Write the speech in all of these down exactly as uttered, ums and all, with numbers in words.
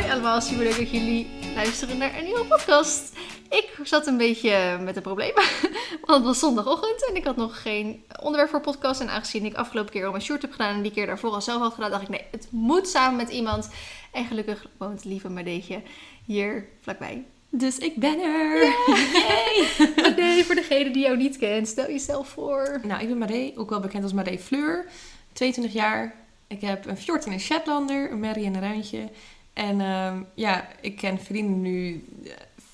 allemaal, super leuk dat jullie luisteren naar een nieuwe podcast. Ik zat een beetje met een probleem, want het was zondagochtend en ik had nog geen onderwerp voor podcast. En aangezien ik afgelopen keer al mijn short heb gedaan en die keer daarvoor al zelf had gedaan, dacht ik nee, het moet samen met iemand. En gelukkig woont lieve Madeetje hier vlakbij. Dus ik ben er! Yay! Madee, voor degene die jou niet kent, stel jezelf voor. Nou, ik ben Madee, ook wel bekend als Madee Fleur, tweeëntwintig jaar. Ik heb een fjord en een Shetlander, een merrie en een ruintje. En uh, ja, ik ken vrienden nu uh,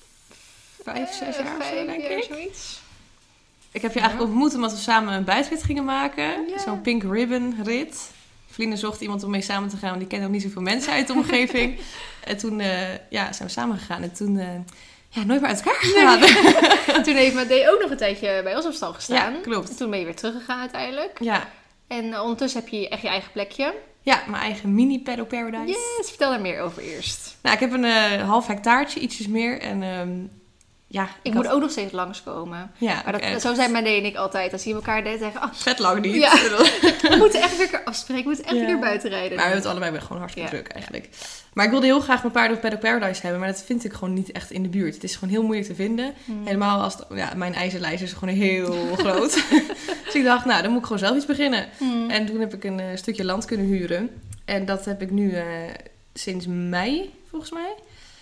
vijf, uh, zes jaar, vijf zo, denk jaar, ik. Zoiets. Ik heb je ja. eigenlijk ontmoet omdat we samen een buitenrit gingen maken. Ja. Zo'n pink ribbon rit. Vrienden zochten iemand om mee samen te gaan, want die kennen ook niet zoveel mensen uit de omgeving. En toen uh, ja, zijn we samen gegaan en toen uh, ja, nooit meer uit elkaar gegaan. Nee. Toen heeft Madee ook nog een tijdje bij ons op stal gestaan. Ja, klopt. En toen ben je weer teruggegaan uiteindelijk. Ja. En uh, ondertussen heb je echt je eigen plekje. Ja, mijn eigen mini Paddo Paradise. Yes, vertel daar meer over eerst. Nou, ik heb een uh, half hectaartje, ietsjes meer. En um, ja, ik, ik had... moet ook nog steeds langskomen. Ja, maar dat, echt. Zo zijn Madee en ik altijd. Als je elkaar deed, zeggen oh, vet lang niet. Ja. We moeten echt weer afspreken. We moeten echt ja. weer buiten rijden. Maar we hebben het allebei gewoon hartstikke ja. druk eigenlijk. Maar ik wilde heel graag mijn paarden op Paddo Paradise hebben. Maar dat vind ik gewoon niet echt in de buurt. Het is gewoon heel moeilijk te vinden. Hmm. Helemaal als het, ja, mijn ijzerlijst is gewoon heel groot. Dus ik dacht, nou, dan moet ik gewoon zelf iets beginnen. Hmm. En toen heb ik een uh, stukje land kunnen huren. En dat heb ik nu uh, sinds mei, volgens mij.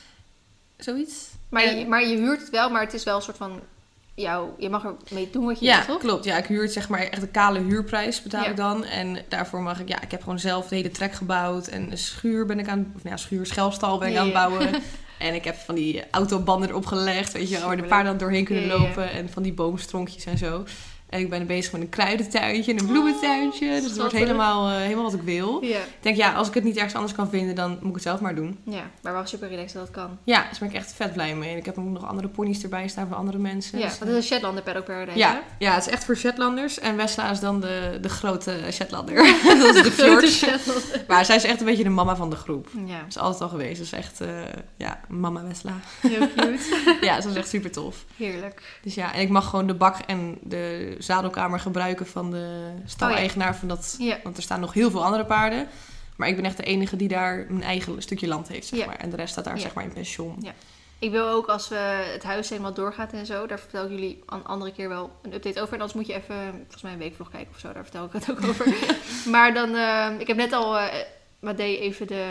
Zoiets. Maar, en... je, maar je huurt het wel, maar het is wel een soort van... jou, je mag er mee doen wat je ja, wilt, toch? Klopt. Ja, ik huur het zeg maar echt een kale huurprijs betaal ja. ik dan. En daarvoor mag ik, ja, ik heb gewoon zelf de hele trek gebouwd. En een schuur ben ik aan, of nou ja, schuur, schelfstal ben ik ja, aan het bouwen. Ja. En ik heb van die autobanden erop gelegd, weet je wel, waar de paarden dan doorheen kunnen ja, lopen. Ja. En van die boomstronkjes en zo. En ik ben bezig met een kruidentuintje en een bloementuintje. Oh, dus het wordt helemaal, uh, helemaal wat ik wil. Ja. Ik denk, ja, als ik het niet ergens anders kan vinden, dan moet ik het zelf maar doen. Ja, maar wel super relaxed dat het kan. Ja, dus ben ik echt vet blij mee. En ik heb ook nog andere ponies erbij staan van andere mensen. Ja, dus, dat is een Shetlander Paddo Paradise, ja, hè? Ja, het is echt voor Shetlanders. En Wesla is dan de, de grote Shetlander. Dat is de fjord. Maar zij is echt een beetje de mama van de groep. Ja. Dat is altijd al geweest. Dat is echt, uh, ja, mama Wesla. Heel cute. Ja, dat is echt super tof. Heerlijk. Dus ja, en ik mag gewoon de bak en de zadelkamer gebruiken van de stal-eigenaar oh, ja. van dat. Ja. Want er staan nog heel veel andere paarden. Maar ik ben echt de enige die daar een eigen stukje land heeft, zeg ja. maar. En de rest staat daar, ja. zeg maar, in pensioen. Ja. Ik wil ook, als we het huis helemaal doorgaat en zo, daar vertel ik jullie een andere keer wel een update over. En anders moet je even, volgens mij een weekvlog kijken of zo, daar vertel ik het ook over. Maar dan, uh, ik heb net al, uh, Madee even de,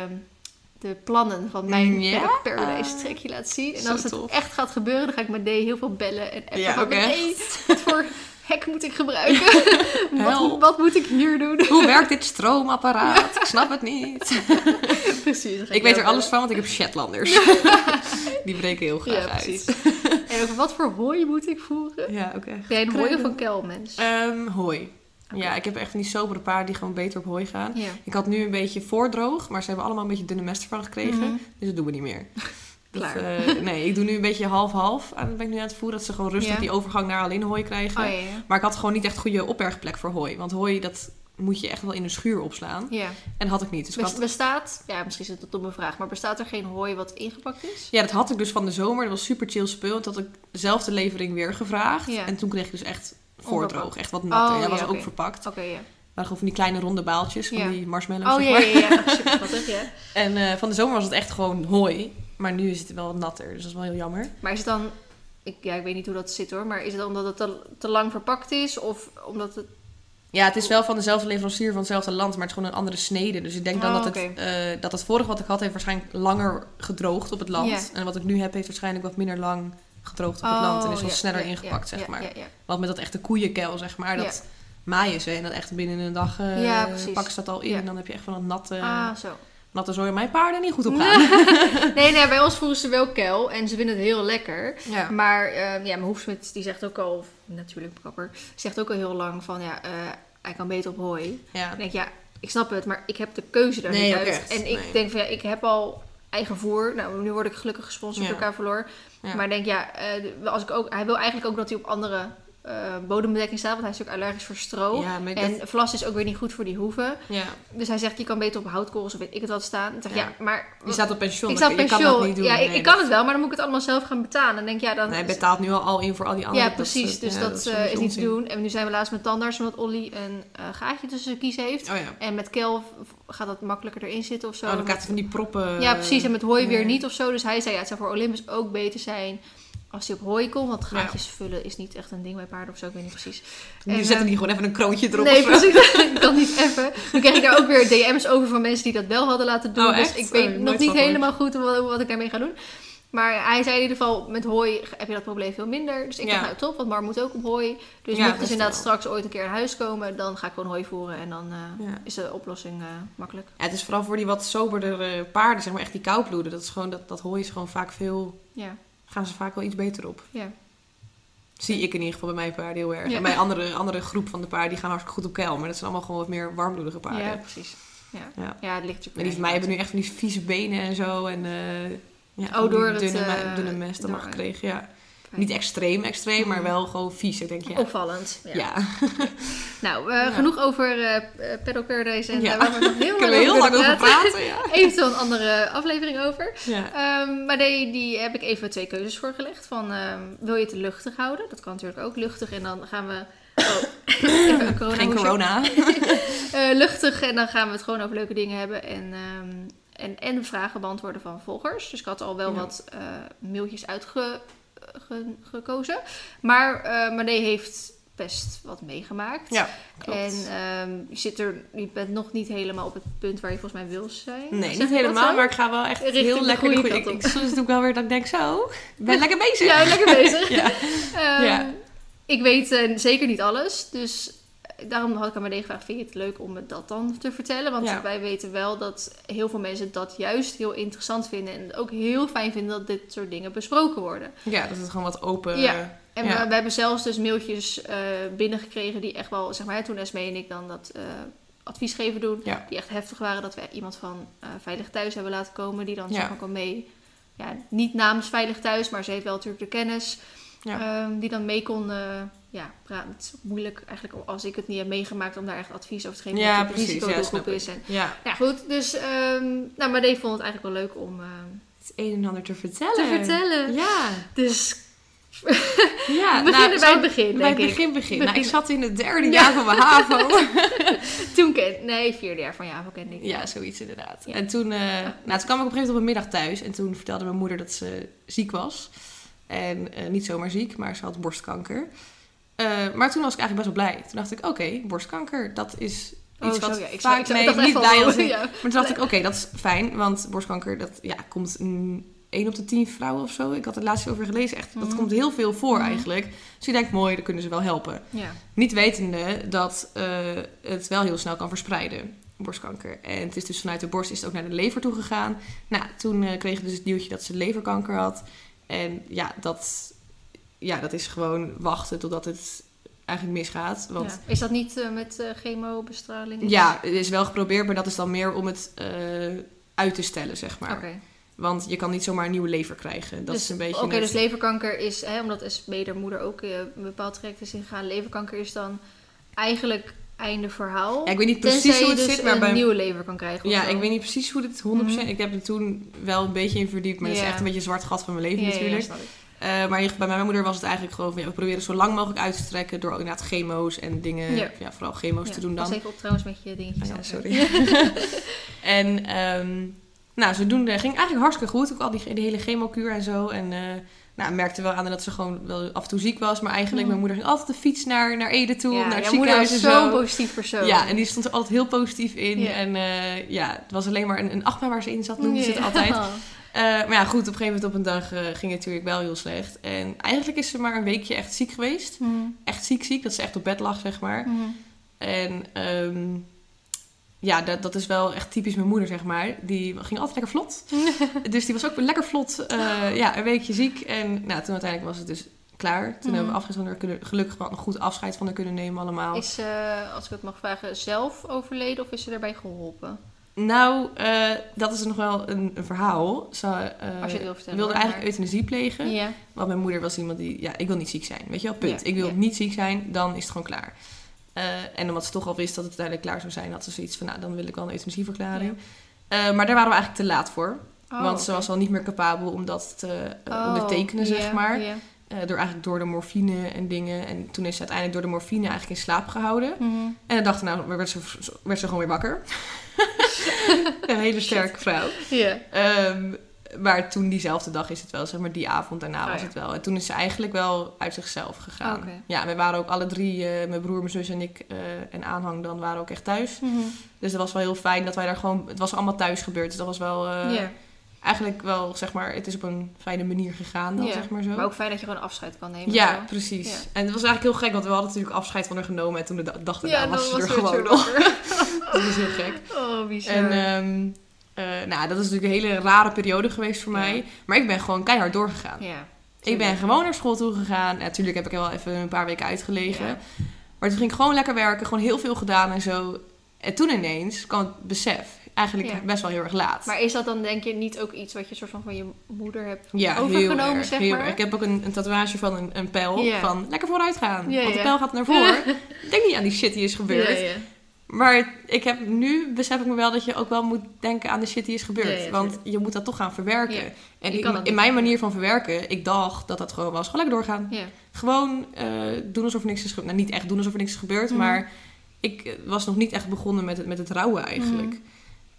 de plannen van mijn ja? Paddo Paradise trekje laten zien. En als het tof. echt gaat gebeuren, dan ga ik Madee heel veel bellen en appen ja, van okay. Madee, wat voor hek moet ik gebruiken? wat, wat moet ik hier doen? Hoe werkt dit stroomapparaat? Ja. Ik snap het niet. Precies. Ik, ik weet er alles van, want ik heb Shetlanders. Die breken heel graag ja, precies. uit. En over wat voor hooi moet ik voeren? Ja, oké. Okay. Ben jij een hooi of een kelmens? Um, hooi. Okay. Ja, ik heb echt van die sobere paarden die gewoon beter op hooi gaan. Ja. Ik had nu een beetje voordroog, maar ze hebben allemaal een beetje dunne mest ervan gekregen. Mm-hmm. Dus dat doen we niet meer. Dat, uh, nee, ik doe nu een beetje half-half. En dat ben ik nu aan het voeren. Dat ze gewoon rustig ja. die overgang naar alleen hooi krijgen. Oh, ja, ja. Maar ik had gewoon niet echt goede opbergplek voor hooi. Want hooi, dat moet je echt wel in een schuur opslaan. Ja. En dat had ik niet. Dus Best, had... Bestaat, ja, misschien is het een domme vraag, maar bestaat er geen hooi wat ingepakt is? Ja, dat had ik dus van de zomer. Dat was super chill spul. Toen had ik dezelfde levering weer gevraagd. Ja. En toen kreeg ik dus echt voordroog. Echt wat natter. Oh, ja, was ja, ook okay. verpakt. Oké, okay, ja. Maar gewoon van die kleine ronde baaltjes. Van ja. die marshmallows, oh, zeg maar. ja, ja, ja. Super schattig, ja. En uh, van de zomer was het echt gewoon hooi. Maar nu is het wel wat natter. Dus dat is wel heel jammer. Maar is het dan... Ik, ja, ik weet niet hoe dat zit hoor. Maar is het dan omdat het te, te lang verpakt is? Of omdat het... Ja, het is wel van dezelfde leverancier van hetzelfde land. Maar het is gewoon een andere snede. Dus ik denk dan oh, dat, het, okay. uh, dat het vorige wat ik had... heeft waarschijnlijk langer gedroogd op het land. Yeah. En wat ik nu heb heeft waarschijnlijk wat minder lang gedroogd op oh, het land. En is wel yeah, sneller yeah, ingepakt, yeah, zeg maar. Yeah, yeah. Want met dat echte koeienkel, zeg maar... dat yeah. maaien ze en dat echt binnen een dag uh, ja, pakken ze dat al in. Ja. En dan heb je echt van dat natte... Ah, zo. Natte zooi mijn paarden niet goed op gaan. nee, nee, bij ons voeren ze wel kel. En ze vinden het heel lekker. Ja. Maar uh, ja, mijn hoefsmid die zegt ook al... Of natuurlijk mijn kapper. Zegt ook al heel lang van... ja, uh, hij kan beter op hooi. Ja. Ik denk, ja, ik snap het. Maar ik heb de keuze daar nee, niet uit. Echt, en ik nee. denk van ja, ik heb al eigen voer. Nou, nu word ik gelukkig gesponsord ja. door Cavaloor. Ja. Maar ik denk, ja, uh, als ik ook, hij wil eigenlijk ook dat hij op andere uh, bodembedekking staat. Want hij is natuurlijk allergisch voor stro. Ja, en dat... vlas is ook weer niet goed voor die hoeven. Ja. Dus hij zegt, je kan beter op houtkorrels of weet ik het wat staan. Dan zeg, ja. ja, maar... Je staat op pensioen. Ik sta op pensioen. Je kan dat niet doen. Ja, ik, nee, ik kan dat... het wel, maar dan moet ik het allemaal zelf gaan betalen. Dan denk ik, ja, dan... Nee, hij betaalt nu al, al in voor al die andere... Ja, precies. Dat, dus ja, dat, dat is, uh, is niet te doen. En nu zijn we laatst met tandarts, omdat Olly een uh, gaatje tussen zijn kies heeft. Oh, ja. En met Kel gaat dat makkelijker erin zitten of zo. Oh, dan krijgt hij van die proppen... Ja, precies. En met hooi weer niet of zo. Dus hij zei, ja, het zou voor Olympus ook beter zijn... als hij op hooi komt, want gaatjes ja. vullen is niet echt een ding bij paarden of zo, ik weet niet precies. Nu zetten uh, die gewoon even een kroontje erop. Nee, precies. Ik kan niet even. Dan kreeg ik daar ook weer D M's over van mensen die dat wel hadden laten doen. Oh, dus ik weet oh, nog niet helemaal goed wat, wat ik daarmee ga doen. Maar hij zei in ieder geval, met hooi heb je dat probleem veel minder. Dus ik ja. dacht, nou top, want Mar moet ook op hooi. Dus ja, mocht dus inderdaad wel. straks ooit een keer naar huis komen, dan ga ik gewoon hooi voeren. En dan uh, ja. is de oplossing uh, makkelijk. Ja, het is vooral voor die wat soberdere paarden, zeg maar echt die koudbloeden. Dat is gewoon, dat, dat hooi is gewoon vaak veel... Ja. Gaan ze vaak wel iets beter op. Ja. Zie ik in ieder geval bij mijn paarden heel erg. Ja. En bij andere, andere groep van de paarden, die gaan hartstikke goed op keil. Maar dat zijn allemaal gewoon wat meer warmbloedige paarden. Ja, precies. Ja, ja. ja het ligt natuurlijk. En die van mij hebben nu echt van die vieze benen en zo. En uh, ja, oh, door het dunne, uh, dunne mest allemaal gekregen. Ja. Niet extreem, extreem, maar wel gewoon vies. Ik denk, ja. Opvallend. Ja. ja. Nou, uh, ja. genoeg over uh, Paddock Paradise en ja. daar hebben we nog heel lang, heel lang over praten. Ja. Eventueel een andere aflevering over. Ja. Um, maar die, die heb ik even twee keuzes voorgelegd. Van, um, wil je het luchtig houden? Dat kan natuurlijk ook luchtig. En dan gaan we... Oh, even een corona. Geen corona. uh, luchtig en dan gaan we het gewoon over leuke dingen hebben. En... Um, en, en vragen beantwoorden van volgers. Dus ik had al wel ja. wat uh, mailtjes uitgekozen. Maar uh, Marné heeft best wat meegemaakt. Ja, klopt. En um, je, zit er, je bent nog niet helemaal op het punt waar je volgens mij wil zijn. Nee, niet helemaal. Maar ik ga wel echt Richting heel lekker de goede kant op. Ik, soms doe ik wel weer dat ik denk zo. Ik ben lekker bezig. Ja, lekker bezig. ja. Um, ja. Ik weet uh, zeker niet alles. Dus... Daarom had ik aan Marné gevraagd, vind je het leuk om me dat dan te vertellen? Want ja. wij weten wel dat heel veel mensen dat juist heel interessant vinden. En ook heel fijn vinden dat dit soort dingen besproken worden. Ja, dat het gewoon wat open... Ja, en ja. We, we hebben zelfs dus mailtjes uh, binnengekregen die echt wel, zeg maar, toen Esmee en ik dan dat uh, advies geven doen. Ja. Die echt heftig waren, dat we iemand van uh, Veilig Thuis hebben laten komen. Die dan ja. zeg maar kan mee, ja, niet namens Veilig Thuis, maar ze heeft wel natuurlijk de kennis. Ja. Um, die dan mee kon... Uh, Ja, praten. Het is moeilijk eigenlijk als ik het niet heb meegemaakt om daar echt advies over te geven. Ja, wat precies. Het risicodoelgroep Ja, is. En, ja. ja, goed. Dus, um, nou, maar Dave vond het eigenlijk wel leuk om... Uh, het een en ander te vertellen. Te vertellen. Ja. Dus... ja, we beginnen nou, bij het begin, Bij het begin, begin. begin. Nou, ik zat in het derde ja. jaar van mijn HAVO. Toen ken Nee, vierde jaar van je HAVO kende ik. Ja, zoiets inderdaad. Ja. En toen... Uh, nou, toen kwam ik op een gegeven moment op een middag thuis. En toen vertelde mijn moeder dat ze ziek was. En uh, niet zomaar ziek, maar ze had borstkanker. Uh, maar toen was ik eigenlijk best wel blij. Toen dacht ik, oké, okay, borstkanker, dat is iets oh, wat zo, ja. ik vaak... Zou, ik nee, niet blij als ik... Ja. Maar toen dacht ik, oké, okay, dat is fijn. Want borstkanker, dat ja, komt één op de tien vrouwen of zo. Ik had er laatst over gelezen. Echt, mm. Dat komt heel veel voor mm. eigenlijk. Dus je denkt, mooi, dan kunnen ze wel helpen. Ja. Niet wetende dat uh, het wel heel snel kan verspreiden. Borstkanker. En het is dus vanuit de borst is het ook naar de lever toe gegaan. Nou, toen uh, kregen we dus het nieuwtje dat ze leverkanker had. En ja, dat... Ja, dat is gewoon wachten totdat het eigenlijk misgaat. Want, ja. Is dat niet uh, met uh, chemobestraling? Ja, het is wel geprobeerd, maar dat is dan meer om het uh, uit te stellen, zeg maar. Okay. Want je kan niet zomaar een nieuwe lever krijgen. Dat dus, is een beetje. Oké, okay, dus leverkanker is, hè, omdat S B de moeder ook uh, een bepaald traject is ingegaan. Leverkanker is dan eigenlijk einde verhaal. Ja, ik weet niet precies hoe het dus zit, maar een bij nieuwe lever kan krijgen. Ja, ik weet niet precies hoe dit honderd procent. Mm-hmm. Ik heb er toen wel een beetje in verdiept, maar ja. Dat is echt een beetje een zwart gat van mijn leven ja, natuurlijk. Ja, Uh, maar bij mijn moeder was het eigenlijk gewoon van... Ja, we proberen zo lang mogelijk uit te strekken... door inderdaad chemo's en dingen... Ja, ja vooral chemo's ja, te doen dan. Pas even op trouwens met je dingetjes. Oh, ja, sorry. en um, nou, zodoende ging eigenlijk hartstikke goed. Ook al die, die hele chemokuur en zo. En uh, nou, merkte wel aan dat ze gewoon wel af en toe ziek was. Maar eigenlijk, mm. mijn moeder ging altijd de fiets naar, naar Ede toe. Ja, naar het ziekenhuis en zo. Zo'n positief persoon. Ja, en die stond er altijd heel positief in. Ja. En uh, ja, het was alleen maar een, een achtbaan waar ze in zat, noemde ja. ze het altijd. Uh, maar ja, goed, op een gegeven moment op een dag uh, ging het natuurlijk wel heel slecht. En eigenlijk is ze maar een weekje echt ziek geweest. Mm. Echt ziek ziek, dat ze echt op bed lag, zeg maar. Mm. En um, ja, dat, dat is wel echt typisch mijn moeder, zeg maar. Die ging altijd lekker vlot. Dus die was ook lekker vlot, uh, ja, een weekje ziek. En nou, toen uiteindelijk was het dus klaar. Toen mm. hebben we afscheid van haar kunnen, gelukkig wel een goed afscheid van haar kunnen nemen allemaal. Is ze, uh, als ik het mag vragen, zelf overleden of is ze daarbij geholpen? Nou, uh, dat is nog wel een, een verhaal. Ze uh, Als je het wil vertellen, wilde hoor, eigenlijk maar... euthanasie plegen. Ja. Want mijn moeder was iemand die... Ja, ik wil niet ziek zijn. Weet je wel, punt. Ja, ik wil ja. niet ziek zijn, dan is het gewoon klaar. Uh, en omdat ze toch al wist dat het uiteindelijk klaar zou zijn... had ze zoiets van, nou, dan wil ik wel een euthanasieverklaring. Ja. Uh, maar daar waren we eigenlijk te laat voor. Oh, want okay. ze was al niet meer capabel om dat te uh, oh, ondertekenen, zeg yeah, maar. Yeah. Uh, door eigenlijk door de morfine en dingen. En toen is ze uiteindelijk door de morfine eigenlijk in slaap gehouden. Mm-hmm. En dan dacht nou, werd ze, werd ze gewoon weer wakker. Een hele sterke vrouw. Yeah. Um, maar toen diezelfde dag is het wel, zeg maar die avond daarna oh, was ja. het wel. En toen is ze eigenlijk wel uit zichzelf gegaan. Oh, okay. Ja, we waren ook alle drie, uh, mijn broer, mijn zus en ik uh, en aanhang dan, waren ook echt thuis. Mm-hmm. Dus dat was wel heel fijn dat wij daar gewoon, het was allemaal thuis gebeurd. Dus dat was wel... Uh, yeah. Eigenlijk wel, zeg maar, het is op een fijne manier gegaan dan, yeah. zeg maar zo. Maar ook fijn dat je gewoon afscheid kan nemen. Ja, zo. precies. Ja. En het was eigenlijk heel gek, want we hadden natuurlijk afscheid van haar genomen. En toen de dag daarna ja, was ze was er gewoon nog. Dat was heel gek. Oh, bizar. En um, uh, nou, dat is natuurlijk een hele rare periode geweest voor ja. mij. Maar ik ben gewoon keihard doorgegaan. Ja, ik ben gewoon naar school toe gegaan. Natuurlijk heb ik er wel even een paar weken uitgelegen. Ja. Maar toen ging ik gewoon lekker werken. Gewoon heel veel gedaan en zo. En toen ineens kwam het besef... Eigenlijk ja. best wel heel erg laat. Maar is dat dan denk je niet ook iets wat je soort van van je moeder hebt ja, overgenomen, heel erg, zeg heel maar? erg. Ik heb ook een, een tatoeage van een, een pijl yeah. van lekker vooruit gaan. Yeah, want de yeah. pijl gaat naar voren. Denk niet aan die shit die is gebeurd. Yeah, yeah. Maar ik heb, nu besef ik me wel dat je ook wel moet denken aan de shit die is gebeurd. Yeah, yeah, want je moet dat toch gaan verwerken. Yeah. En ik, in mijn manier van verwerken, ik dacht dat dat gewoon was. Gewoon lekker doorgaan. Yeah. Gewoon uh, doen alsof er niks is gebeurd. Nou, niet echt doen alsof er niks is gebeurd. Mm. Maar ik was nog niet echt begonnen met het, met het rouwen eigenlijk. Mm.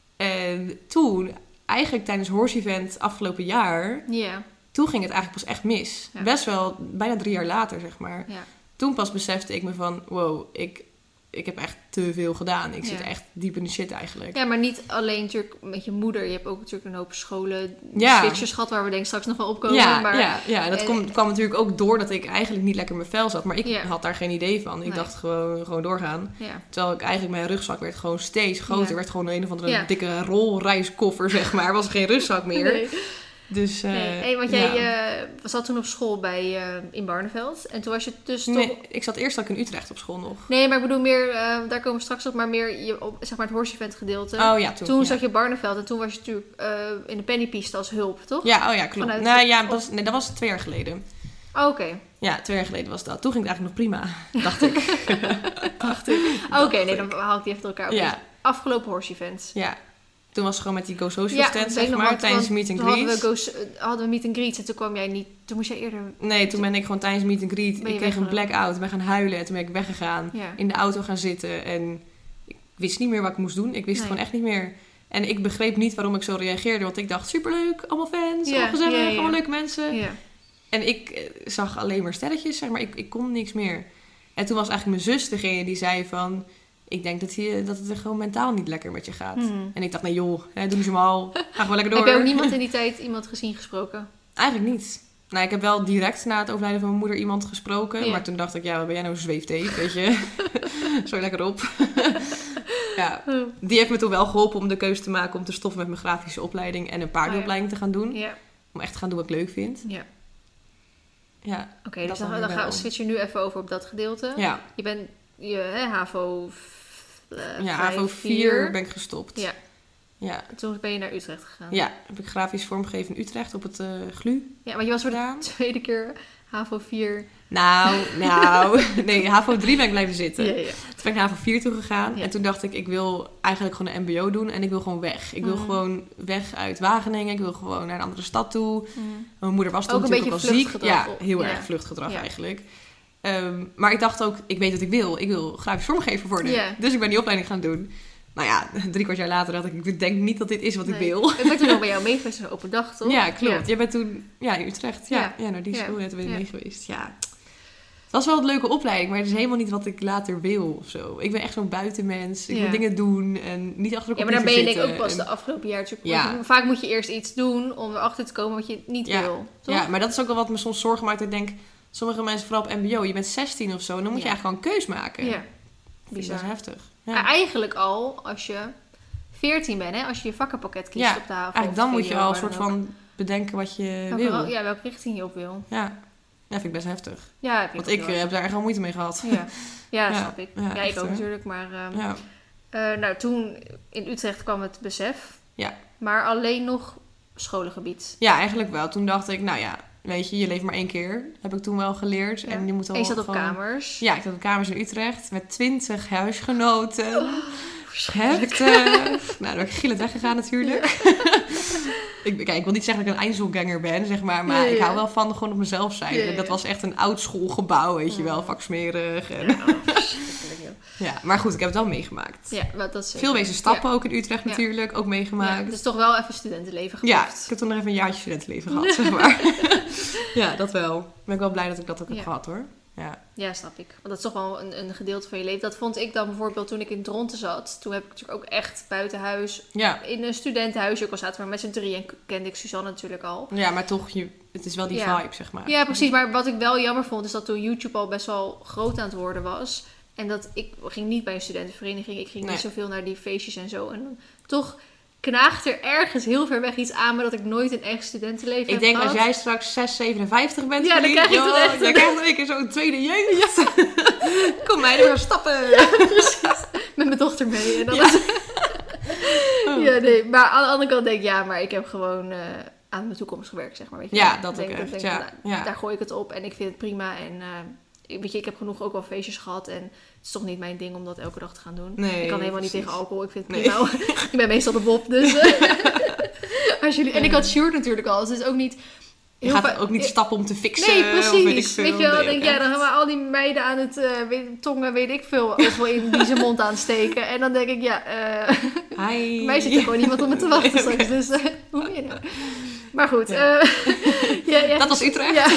En toen, eigenlijk tijdens Horse Event afgelopen jaar... Yeah. Toen ging het eigenlijk pas echt mis. Ja. Best wel, bijna drie jaar later, zeg maar. Ja. Toen pas besefte ik me van... Wow, ik, ik heb echt te veel gedaan. Ik ja. zit echt diep in de shit eigenlijk. Ja, maar niet alleen natuurlijk met je moeder. Je hebt ook natuurlijk een hoop scholen, ja. switches gehad... waar we denk ik straks nog wel opkomen. Ja, maar, ja, ja. dat en, kwam, kwam natuurlijk ook door dat ik eigenlijk niet lekker in mijn vel zat. Maar ik ja. had daar geen idee van. Ik nee. dacht gewoon, gewoon doorgaan. Ja. Terwijl ik eigenlijk mijn rugzak werd gewoon steeds groter. Ja. werd gewoon een of andere ja. dikke rolreiskoffer, zeg maar. Was geen rugzak meer. Nee. Dus, uh, nee, hey, want jij ja. uh, zat toen op school bij, uh, in Barneveld. En toen was je dus toch... Nee, ik zat eerst ook in Utrecht op school nog. Nee, maar ik bedoel meer, uh, daar komen we straks op, maar meer je, op, zeg maar het Horse Event gedeelte. Oh ja, toen. Toen ja. zat je op Barneveld en toen was je natuurlijk uh, in de pennypiste als hulp, toch? Ja, oh ja, klopt. Vanuit, nou ja, dat was, nee, dat was twee jaar geleden. Oh, oké. Okay. Ja, twee jaar geleden was dat. Toen ging het eigenlijk nog prima, dacht ik. dacht ik. Oké, okay, nee, dan haal ik die even door elkaar op. Ja. Dus afgelopen Horse Event. Ja. Toen was het gewoon met die Go Social ja, stand, zeg maar, tijdens meet and greet. Hadden we, go, hadden we meet and greet en toen kwam jij niet... Toen moest jij eerder... Nee, toen ben ik gewoon tijdens meet and greet... Ik kreeg een blackout, ben gaan huilen en toen ben ik weggegaan. Ja. In de auto gaan zitten en ik wist niet meer wat ik moest doen. Ik wist nee. het gewoon echt niet meer. En ik begreep niet waarom ik zo reageerde, want ik dacht, superleuk, allemaal fans, ja, allemaal gezellig, ja, ja. allemaal leuke mensen. Ja. En ik zag alleen maar stelletjes, zeg maar, ik, ik kon niks meer. En toen was eigenlijk mijn zus degene die zei van... Ik denk dat, je, dat het er gewoon mentaal niet lekker met je gaat. Hmm. En ik dacht, nee joh, hè, doen ze maar al. Ga gewoon lekker door. Heb je ook niemand in die tijd iemand gezien, gesproken? Eigenlijk niet. Nou, ik heb wel direct na het overlijden van mijn moeder iemand gesproken. Ja. Maar toen dacht ik, ja, wat ben jij nou zweefteef, weet je. Zo lekker op. ja, die heeft me toen wel geholpen om de keuze te maken om te stoppen met mijn grafische opleiding en een paardenopleiding oh, ja. te gaan doen. Ja. Om echt te gaan doen wat ik leuk vind. Ja. Ja. Oké, okay, dus dan, dan gaan we switchen nu even over op dat gedeelte. Ja. Je bent je hè, H A V O... Uh, ja, H A V O vier ben ik gestopt. Ja. ja. Toen ben je naar Utrecht gegaan. Ja, heb ik grafisch vormgegeven in Utrecht op het uh, G L U. Ja, maar je was voor de tweede keer H A V O vier. Nou, nou. Nee, H A V O drie ben ik blijven zitten. Ja, ja. Toen ben ik naar H A V O vier toe gegaan. Ja. En toen dacht ik, ik wil eigenlijk gewoon een M B O doen. En ik wil gewoon weg. Ik wil mm. gewoon weg uit Wageningen. Ik wil gewoon naar een andere stad toe. Mm. Mijn moeder was toen ook natuurlijk ook al ziek. Ja, heel ja. erg vluchtgedrag ja. eigenlijk. Um, maar ik dacht ook, ik weet wat ik wil. Ik wil grafisch vormgever worden. Yeah. Dus ik ben die opleiding gaan doen. Nou ja, drie kwart jaar later dacht ik, ik denk niet dat dit is wat nee. ik wil. Ik ben toen nog bij jou mee geweest naar open dag, toch? Ja, klopt. Ja. Jij bent toen ja, in Utrecht. Ja, ja. ja naar die school. Ja. Toen ben je ja. mee geweest. Ja. Het was wel een leuke opleiding, maar het is helemaal niet wat ik later wil of zo. Ik ben echt zo'n buitenmens. Ik ja. wil dingen doen en niet achter elkaar. Ja, maar daar ben je denk ik ook pas en... de afgelopen jaar. Ja. Vaak moet je eerst iets doen om erachter te komen wat je niet ja. wil. Toch? Ja, maar dat is ook wel wat me soms zorgen maakt. Ik denk, sommige mensen, vooral op M B O, je bent zestien of zo, dan moet ja. je eigenlijk gewoon een keus maken. Ja. Bizar. Dat is heftig. Ja. Maar eigenlijk al als je veertien bent, hè, als je je vakkenpakket kiest ja, op de H A V O. Eigenlijk dan moet je al een soort van bedenken wat je welke, wil. Ja, welke richting je op wil. Ja, dat vind ik best heftig. Ja, want ik heb daar echt wel moeite mee gehad. Ja, ja, ja snap ik. Ja, ja ik ook hoor. natuurlijk. Maar um, ja. Uh, nou, toen in Utrecht kwam het besef. Ja. Maar alleen nog scholengebied. Ja, eigenlijk wel. Toen dacht ik, nou ja, weet je, je leeft maar één keer. Heb ik toen wel geleerd. Ja. En je moet al en je zat op gewoon... kamers. Ja, ik zat op kamers in Utrecht met twintig huisgenoten. Oh, Heftig. Nou, dan ben ik gillend weggegaan natuurlijk. ik, kijk, ik wil niet zeggen dat ik een Einzelganger ben, zeg maar. Maar ja, ik ja. hou wel van gewoon op mezelf zijn. Ja, ja. Dat was echt een oud schoolgebouw, weet je wel. Vaksmerig. En... Ja, oh, ja, maar goed, ik heb het wel meegemaakt. Ja, dat is veel wezen stappen ja. ook in Utrecht natuurlijk. Ja. Ook meegemaakt. Ja, dus toch wel even studentenleven gepakt. Ja, ik heb toen nog even een jaartje studentenleven gehad, zeg maar. Ja, dat wel. Ik ben ik wel blij dat ik dat ook heb ja. gehad, hoor. Ja. ja, snap ik. Want dat is toch wel een, een gedeelte van je leven. Dat vond ik dan bijvoorbeeld toen ik in Dronten zat. Toen heb ik natuurlijk ook echt buiten huis, ja. in een studentenhuisje, ook al zaten we met z'n drieën en kende ik Suzanne natuurlijk al. Ja, maar toch, je, het is wel die ja. vibe, zeg maar. Ja, precies. Maar wat ik wel jammer vond, is dat toen YouTube al best wel groot aan het worden was. En dat ik ging niet bij een studentenvereniging. Ik ging nee. niet zoveel naar die feestjes en zo. En dan toch knaagt er ergens heel ver weg iets aan me dat ik nooit een echt studentenleven ik heb denk gehad. als jij straks zes, zevenenvijftig bent, ja, dan krijg je het echt. Dan krijg je een keer zo'n tweede jeugd. Ja. Kom mij er maar stappen. Ja, precies. Met mijn dochter mee. En dan ja. oh. ja, nee. Maar aan de andere kant denk ik, ja, maar ik heb gewoon uh, aan mijn toekomst gewerkt, zeg maar. Weet je? Ja, dat denk, ook echt. denk, Ja. Nou, ja. Daar gooi ik het op en ik vind het prima. En uh, weet je, ik heb genoeg ook wel feestjes gehad en het is toch niet mijn ding om dat elke dag te gaan doen. Nee, ik kan helemaal precies. niet tegen alcohol. Ik vind het nee. prima. Ik ben meestal de Bob, dus... Uh, als jullie... En ik had Sjoerd natuurlijk al, dus het is ook niet... Je gaat va- ook niet stappen om te fixen. Nee, precies. Of weet ik veel. Weet je wel, nee, denk, ja, dan hebben we al die meiden aan het uh, weet, tongen, weet ik veel, overal in die zijn mond aansteken. En dan denk ik, ja, uh, Hi. mij zit er gewoon niemand om me te wachten straks. Okay. Dus uh, hoe ben je nou? Maar goed. Ja. Uh, ja, ja, dat was Utrecht. Ja.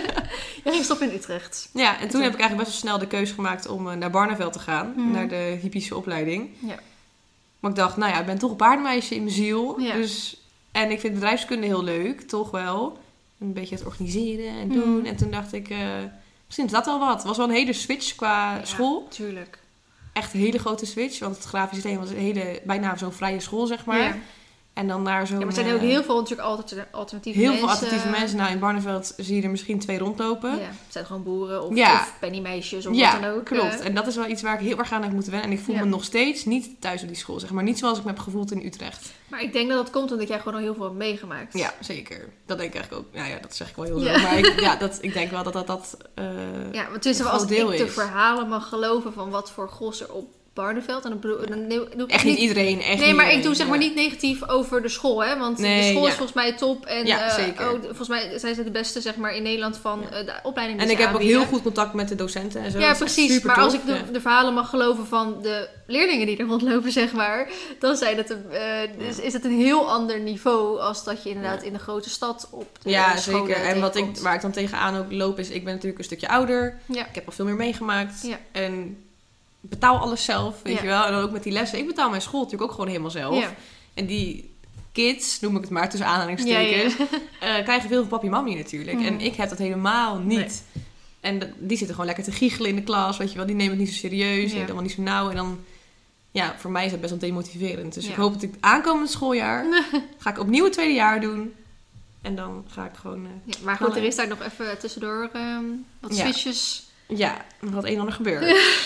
Jij ging stoppen in Utrecht. Ja, en toen, toen heb ik eigenlijk best wel snel de keuze gemaakt om uh, naar Barneveld te gaan. Mm. Naar de hippische opleiding. Ja. Maar ik dacht, nou ja, ik ben toch een paardenmeisje in mijn ziel. Ja. Dus, en ik vind bedrijfskunde heel leuk, toch wel. Een beetje het organiseren en doen. Mm. En toen dacht ik, uh, misschien is dat wel wat. Het was wel een hele switch qua ja, school. Tuurlijk. Echt een hele grote switch. Want het grafisch systeem was een hele, bijna zo'n vrije school, zeg maar. Ja. En dan naar zo'n... Ja, maar er zijn ook heel veel natuurlijk alternatieve heel mensen. Heel veel alternatieve mensen. Nou, in Barneveld zie je er misschien twee rondlopen. Ja, het zijn gewoon boeren of, ja. of pennymeisjes of ja, wat dan ook. Klopt. En dat is wel iets waar ik heel erg aan heb moeten wennen. En ik voel ja. me nog steeds niet thuis op die school, zeg maar. Niet zoals ik me heb gevoeld in Utrecht. Maar ik denk dat dat komt omdat jij gewoon al heel veel hebt meegemaakt. Ja, zeker. Dat denk ik eigenlijk ook. Nou ja, dat zeg ik wel heel ja. zo. Maar ik, ja, dat, ik denk wel dat dat, dat uh, ja, want tussen als ik is. de verhalen mag geloven van wat voor gos er op Barneveld. En dan bedoel, dan doe ik echt niet iedereen. Echt nee, maar iedereen, ik doe zeg maar ja. niet negatief over de school. Hè? Want nee, de school ja. is volgens mij top. En ja, uh, zeker. oh, volgens mij zijn ze de beste zeg maar, in Nederland van ja. uh, de opleiding die en ik ze heb aanbieden. ook heel goed contact met de docenten en zo. Ja, precies. Maar tof. als ik de, ja. de verhalen mag geloven van de leerlingen die er rondlopen, zeg maar. Dan zijn het, uh, dus is het een heel ander niveau als dat je inderdaad ja. in de grote stad op de Ja, scholen zeker. En wat ik, komt. waar ik dan tegenaan ook loop is, ik ben natuurlijk een stukje ouder. Ja. Ik heb al veel meer meegemaakt. Ja. En betaal alles zelf, weet ja. je wel. En dan ook met die lessen. Ik betaal mijn school natuurlijk ook gewoon helemaal zelf. Ja. En die kids, noem ik het maar tussen aanhalingstekens, ja, ja. uh, krijgen veel van papi en mami natuurlijk. Mm. En ik heb dat helemaal niet. Nee. En d- die zitten gewoon lekker te giechelen in de klas, weet je wel. Die nemen het niet zo serieus, ja. allemaal niet zo nauw. En dan, ja, voor mij is dat best wel demotiverend. Dus ja. ik hoop dat ik het aankomende schooljaar, ga ik opnieuw het tweede jaar doen. En dan ga ik gewoon... Uh, ja, maar goed, er is daar nog even tussendoor um, wat ja. switches... Ja, nog wat een en ander gebeurd.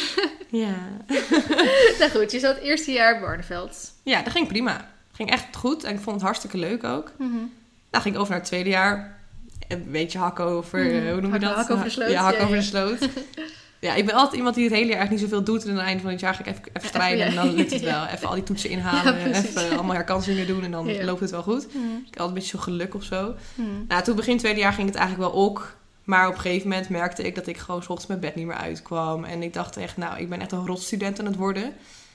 ja. Nou goed, je zat het eerste jaar Barneveld. Ja, dat ging prima. Ging echt goed en ik vond het hartstikke leuk ook. Mm-hmm. Dan ging ik over naar het tweede jaar. Een beetje hakken over, mm-hmm. uh, hoe noem je dat? Hakken over de sloot. Ja, hakken ja, over ja. de sloot. Ja, ik ben altijd iemand die het hele jaar echt niet zoveel doet. En aan het einde van het jaar ga ik even, even strijden en dan lukt het wel. Even al die toetsen inhalen, ja, even allemaal herkansingen doen en dan ja. loopt het wel goed. Mm-hmm. Ik had altijd een beetje zo'n geluk of zo. Mm-hmm. Nou, toen begin tweede jaar ging het eigenlijk wel ook. Maar op een gegeven moment merkte ik dat ik gewoon 's ochtends mijn bed niet meer uitkwam. En ik dacht echt, nou, ik ben echt een rotstudent aan het worden.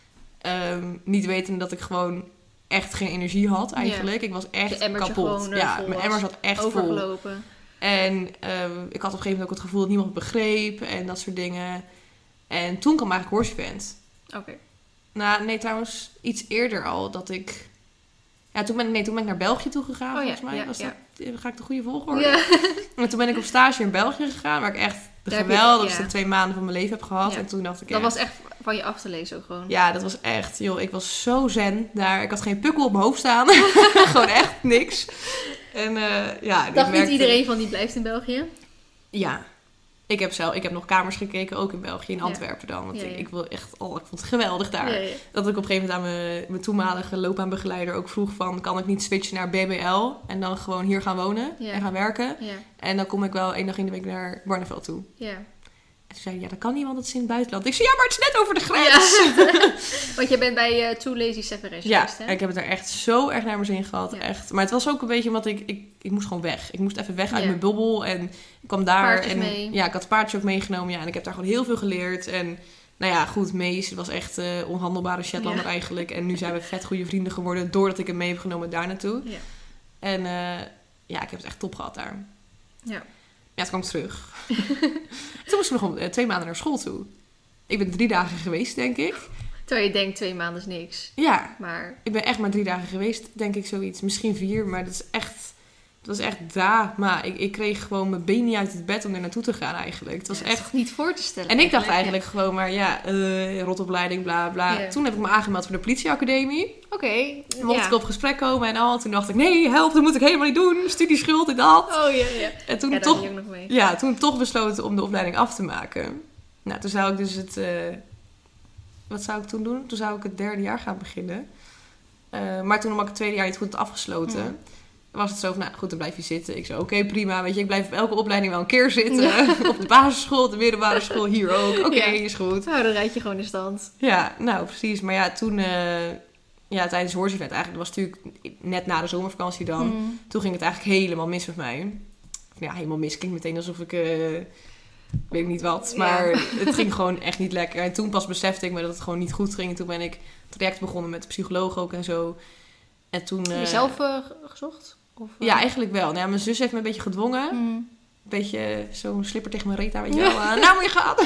Um, niet wetende dat ik gewoon echt geen energie had eigenlijk. Ja. Ik was echt kapot. Ja, mijn emmer zat echt overgelopen. vol. En um, ik had op een gegeven moment ook het gevoel dat niemand me begreep en dat soort dingen. En toen kwam eigenlijk Horse Event. Oké. Okay. Nou, nee, trouwens iets eerder al dat ik... Ja, toen ben, nee, toen ben ik naar België toe gegaan, oh, volgens ja, mij. Ja, was ja. dat, ga ik de goede volgorde? Ja. En toen ben ik op stage in België gegaan, waar ik echt de Daar geweldigste ja. twee maanden van mijn leven heb gehad. Ja. En toen dacht ik Dat echt, was echt van je af te lezen ook gewoon. Ja, dat was echt, joh, ik was zo zen daar. Ik had geen pukkel op mijn hoofd staan. Gewoon echt niks. En uh, ja, dacht ik merkte, niet iedereen van die blijft in België? Ja. Ik heb zelf, ik heb nog kamers gekeken, ook in België, in Antwerpen dan. Want ja, ja. Ik, ik wil echt, oh, ik vond het geweldig daar. Ja, ja. Dat ik op een gegeven moment aan mijn, mijn toenmalige loopbaanbegeleider ook vroeg van, kan ik niet switchen naar B B L en dan gewoon hier gaan wonen Ja. en gaan werken? Ja. En dan kom ik wel één dag in de week naar Barneveld toe. Ja. En toen zei hij, ja, dat kan niet, want het is in het buitenland. Ik zei, ja, maar het is net over de grens. Ja. Want je bent bij uh, Too Lazy Severance Ja, geweest, hè? ik heb het er echt zo erg naar mijn zin gehad. Ja. Echt. Maar het was ook een beetje omdat ik, ik... Ik moest gewoon weg. Ik moest even weg uit Ja. mijn bubbel. En ik kwam daar. Paardjes en mee. Ja, ik had paardjes ook meegenomen. Ja, en ik heb daar gewoon heel veel geleerd. En nou ja, goed, Mees was echt uh, onhandelbare Shetlander Ja. eigenlijk. En nu zijn we vet goede vrienden geworden doordat ik hem mee heb genomen daar naartoe. Ja. En uh, ja, ik heb het echt top gehad daar. Ja. Ja, toen kwam ik terug. Toen moest ik nog om, uh, twee maanden naar school toe. Ik ben drie dagen geweest, denk ik. Terwijl je denkt, twee maanden is niks. Ja, Maar ik ben echt maar drie dagen geweest, denk ik zoiets. Misschien vier, maar dat is echt... Dat was echt drama. Ik, ik kreeg gewoon mijn been niet uit het bed om er naartoe te gaan eigenlijk. Het was ja, echt... toch niet voor te stellen. En ik dacht eigenlijk gewoon maar, ja, uh, rotopleiding, bla bla. Ja. Toen heb ik me aangemeld voor de politieacademie. Oké. Okay, Mocht ja. ik op gesprek komen en al. Toen dacht ik, nee, help, dat moet ik helemaal niet doen. Studieschuld en dat. Oh ja, ja. En toen, ja, toch, ook nog mee. ja, toen toch besloten om de opleiding af te maken. Nou, toen zou ik dus het... Uh, wat zou ik toen doen? Toen zou ik het derde jaar gaan beginnen. Uh, maar toen, omdat ik het tweede jaar niet goed had afgesloten... Mm. was het zo van, nou goed, dan blijf je zitten. Ik zei, oké, okay, prima. Weet je, ik blijf op elke opleiding wel een keer zitten. Ja. Op de basisschool, op de middelbare school, hier ook. Oké, okay, ja. Is goed. Nou, dan rijd je gewoon in stand. Ja, nou, precies. Maar ja, toen... Uh, ja, tijdens het Horse Event eigenlijk... dat was natuurlijk net na de zomervakantie dan. Mm. Toen ging het eigenlijk helemaal mis met mij. Ja, helemaal mis. Klinkt meteen alsof ik... Uh, weet ik niet wat. Maar ja. Het ging gewoon echt niet lekker. En toen pas besefte ik me dat het gewoon niet goed ging. En toen ben ik direct begonnen met de psycholoog ook en zo. En toen... Uh, Jezelf uh, gezocht? Of, uh... Ja, eigenlijk wel. Nou, ja, mijn zus heeft me een beetje gedwongen. Mm. Een beetje zo'n slipper tegen mijn reet aan, weet je wel. Uh, nou moet je gaan.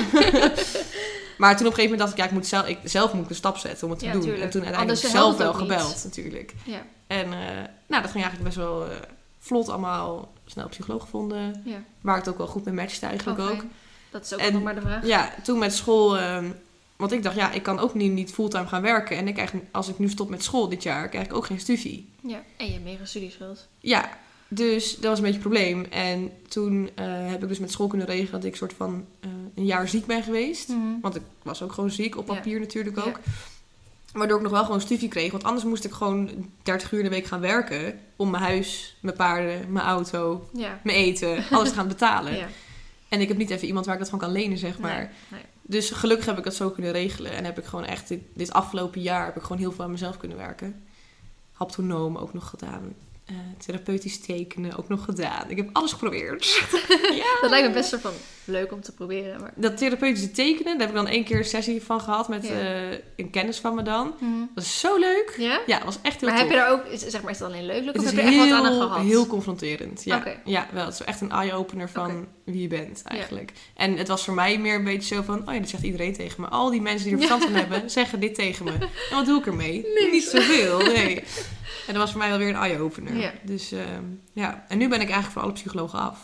Maar toen op een gegeven moment dacht ik, ja, ik moet zelf, ik, zelf moet ik de stap zetten om het te ja, doen. Tuurlijk. En toen uiteindelijk zelf wel gebeld, niet. natuurlijk. Ja. En uh, nou, dat ging eigenlijk best wel uh, vlot allemaal. Snel een psycholoog gevonden. Ja. Waar het ook wel goed mee matchte eigenlijk okay. ook. Dat is ook en, nog maar de vraag. Ja, toen met school... Um, want ik dacht, ja, ik kan ook nu niet fulltime gaan werken. En ik krijg, als ik nu stop met school dit jaar, krijg ik ook geen studie. Ja, en je hebt meer een studieschuld. Ja, dus dat was een beetje een probleem. En toen uh, heb ik dus met school kunnen regelen dat ik soort van uh, een jaar ziek ben geweest. Mm-hmm. Want ik was ook gewoon ziek, op papier ja. natuurlijk ook. Ja. Waardoor ik nog wel gewoon studie kreeg. Want anders moest ik gewoon dertig uur in de week gaan werken. Om mijn huis, mijn paarden, mijn auto, ja. mijn eten, alles te gaan betalen. Ja. En ik heb niet even iemand waar ik dat van kan lenen, zeg maar. Nee, nee. Dus gelukkig heb ik dat zo kunnen regelen. En heb ik gewoon echt dit, dit afgelopen jaar heb ik gewoon heel veel aan mezelf kunnen werken. Haptonoom ook nog gedaan. Uh, therapeutisch tekenen ook nog gedaan. Ik heb alles geprobeerd. Ja. Dat lijkt me best van leuk om te proberen. Maar... Dat therapeutische tekenen, daar heb ik dan één keer een sessie van gehad met ja. uh, een kennis van me dan. Mm-hmm. Dat is zo leuk. Ja? Ja, dat was echt heel maar tof. heb je daar ook, zeg maar, is het alleen leuk, leuk het of is heb je heel, echt wat aan gehad? heel confronterend. Ja, okay. ja, wel. Het is echt een eye-opener van okay. wie je bent eigenlijk. Ja. En het was voor mij meer een beetje zo van, oh ja, dat zegt iedereen tegen me. Al die mensen die er verstand van hebben, zeggen dit tegen me. En wat doe ik ermee? Niks. Niet zoveel, nee. En dat was voor mij wel weer een eye-opener. Ja. Dus uh, ja, en nu ben ik eigenlijk voor alle psychologen af.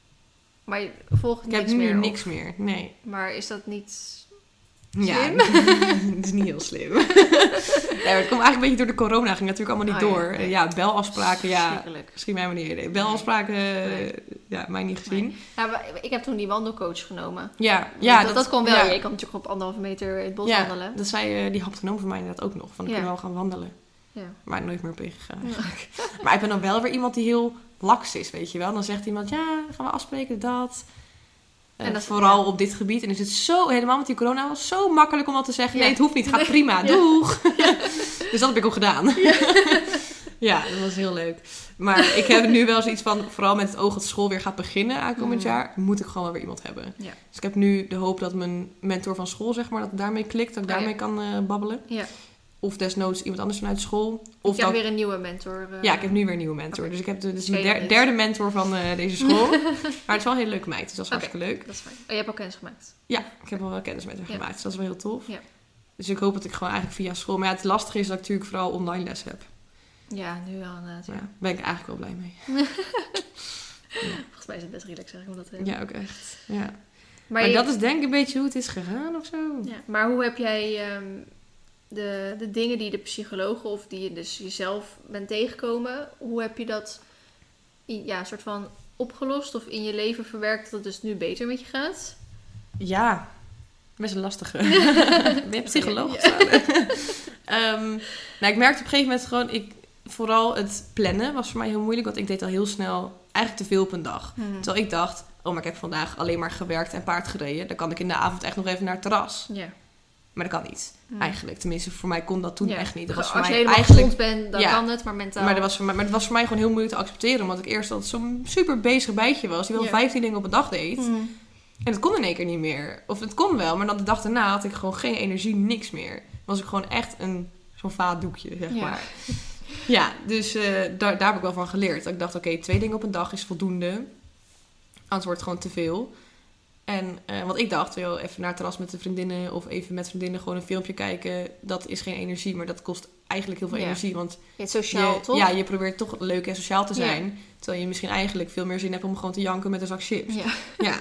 Maar je volgt ik niks heb nu meer niks of... meer, nee. Maar is dat niet slim? Ja, het is niet heel slim. ja, het komt eigenlijk een beetje door de corona, ging natuurlijk allemaal niet oh, door. Ja, nee. ja, belaspraken, ja, misschien mij maar niet idee. Belaspraken, nee. ja, mij niet gezien. Nee. Nou, ik heb toen die wandelcoach genomen. Ja, ja dat, dat, dat kon wel. Ja. Je kan natuurlijk op anderhalve meter in het bos ja, wandelen. Dat zei uh, die haptonoom voor mij inderdaad ook nog. Van, ik ja. kan wel gaan wandelen. Ja. Maar nooit meer op ingegaan eigenlijk. Ja. Maar ik ben dan wel weer iemand die heel laks is, weet je wel. Dan zegt iemand, ja, gaan we afspreken dat. Uh, en dat vooral ja. op dit gebied. En is het zo, helemaal met die corona, was zo makkelijk om al te zeggen, ja. nee, het hoeft niet, het gaat prima, ja. doeg. Ja. Dus dat heb ik ook gedaan. Ja. ja, dat was heel leuk. Maar ik heb nu wel zoiets van, vooral met het oog dat de school weer gaat beginnen aankomend mm. jaar, moet ik gewoon wel weer iemand hebben. Ja. Dus ik heb nu de hoop dat mijn mentor van school, zeg maar, dat het daarmee klikt, dat ik daarmee oh, ja. kan uh, babbelen. Ja. Of desnoods iemand anders vanuit school. Of je hebt weer een nieuwe mentor. Uh... Ja, ik heb nu weer een nieuwe mentor. Okay. Dus ik heb de, dus de der, derde mentor van uh, deze school. Maar het is wel een hele leuke meid. Dus dat is okay. hartstikke leuk. Dat is fijn. Oh, je hebt ook kennis gemaakt? Ja, ik heb wel kennis met haar ja. gemaakt. Dus dat is wel heel tof. Ja. Dus ik hoop dat ik gewoon eigenlijk via school... Maar ja, het lastige is dat ik natuurlijk vooral online les heb. Ja, nu wel inderdaad. Ja. Ja, daar ben ik eigenlijk wel blij mee. ja. Volgens mij is het best relaxed eigenlijk om dat te hebben. Ja, ook echt. Ja. Maar, maar je... dat is denk ik een beetje hoe het is gegaan of zo. Ja. Maar hoe heb jij... Um... De, de dingen die de psychologen of die je dus jezelf bent tegengekomen, hoe heb je dat ja, soort van opgelost of in je leven verwerkt dat het dus nu beter met je gaat? Ja, best een lastige. Ben je psycholoog? Ja. Ja. um, nou, ik merkte op een gegeven moment gewoon, ik, vooral het plannen was voor mij heel moeilijk, want ik deed al heel snel eigenlijk te veel op een dag. Hmm. Terwijl ik dacht, oh, maar ik heb vandaag alleen maar gewerkt en paard gereden. Dan kan ik in de avond echt nog even naar het terras. Ja. Maar dat kan niet, hmm. eigenlijk. Tenminste, voor mij kon dat toen ja. echt niet. Dat was voor Als mij je helemaal eigenlijk gezond bent, dan ja. kan het, maar mentaal... Maar dat, was voor mij, maar dat was voor mij gewoon heel moeilijk te accepteren. Omdat ik eerst altijd zo'n super bezig bijtje was. Die wel ja. vijftien dingen op een dag deed. Hmm. En het kon in één keer niet meer. Of het kon wel, maar dan de dag daarna had ik gewoon geen energie, niks meer. Was ik gewoon echt een, zo'n vaatdoekje, zeg ja. maar. Ja, dus uh, daar, daar heb ik wel van geleerd. Dat ik dacht, oké, okay, twee dingen op een dag is voldoende. Anders wordt het gewoon te veel. En uh, want ik dacht, joh, even naar het terras met de vriendinnen of even met vriendinnen gewoon een filmpje kijken. Dat is geen energie, maar dat kost eigenlijk heel veel ja. energie. Want je het sociaal, je, toch? Ja, je probeert toch leuk en sociaal te zijn. Ja. Terwijl je misschien eigenlijk veel meer zin hebt om gewoon te janken met een zak chips. Ja. ja.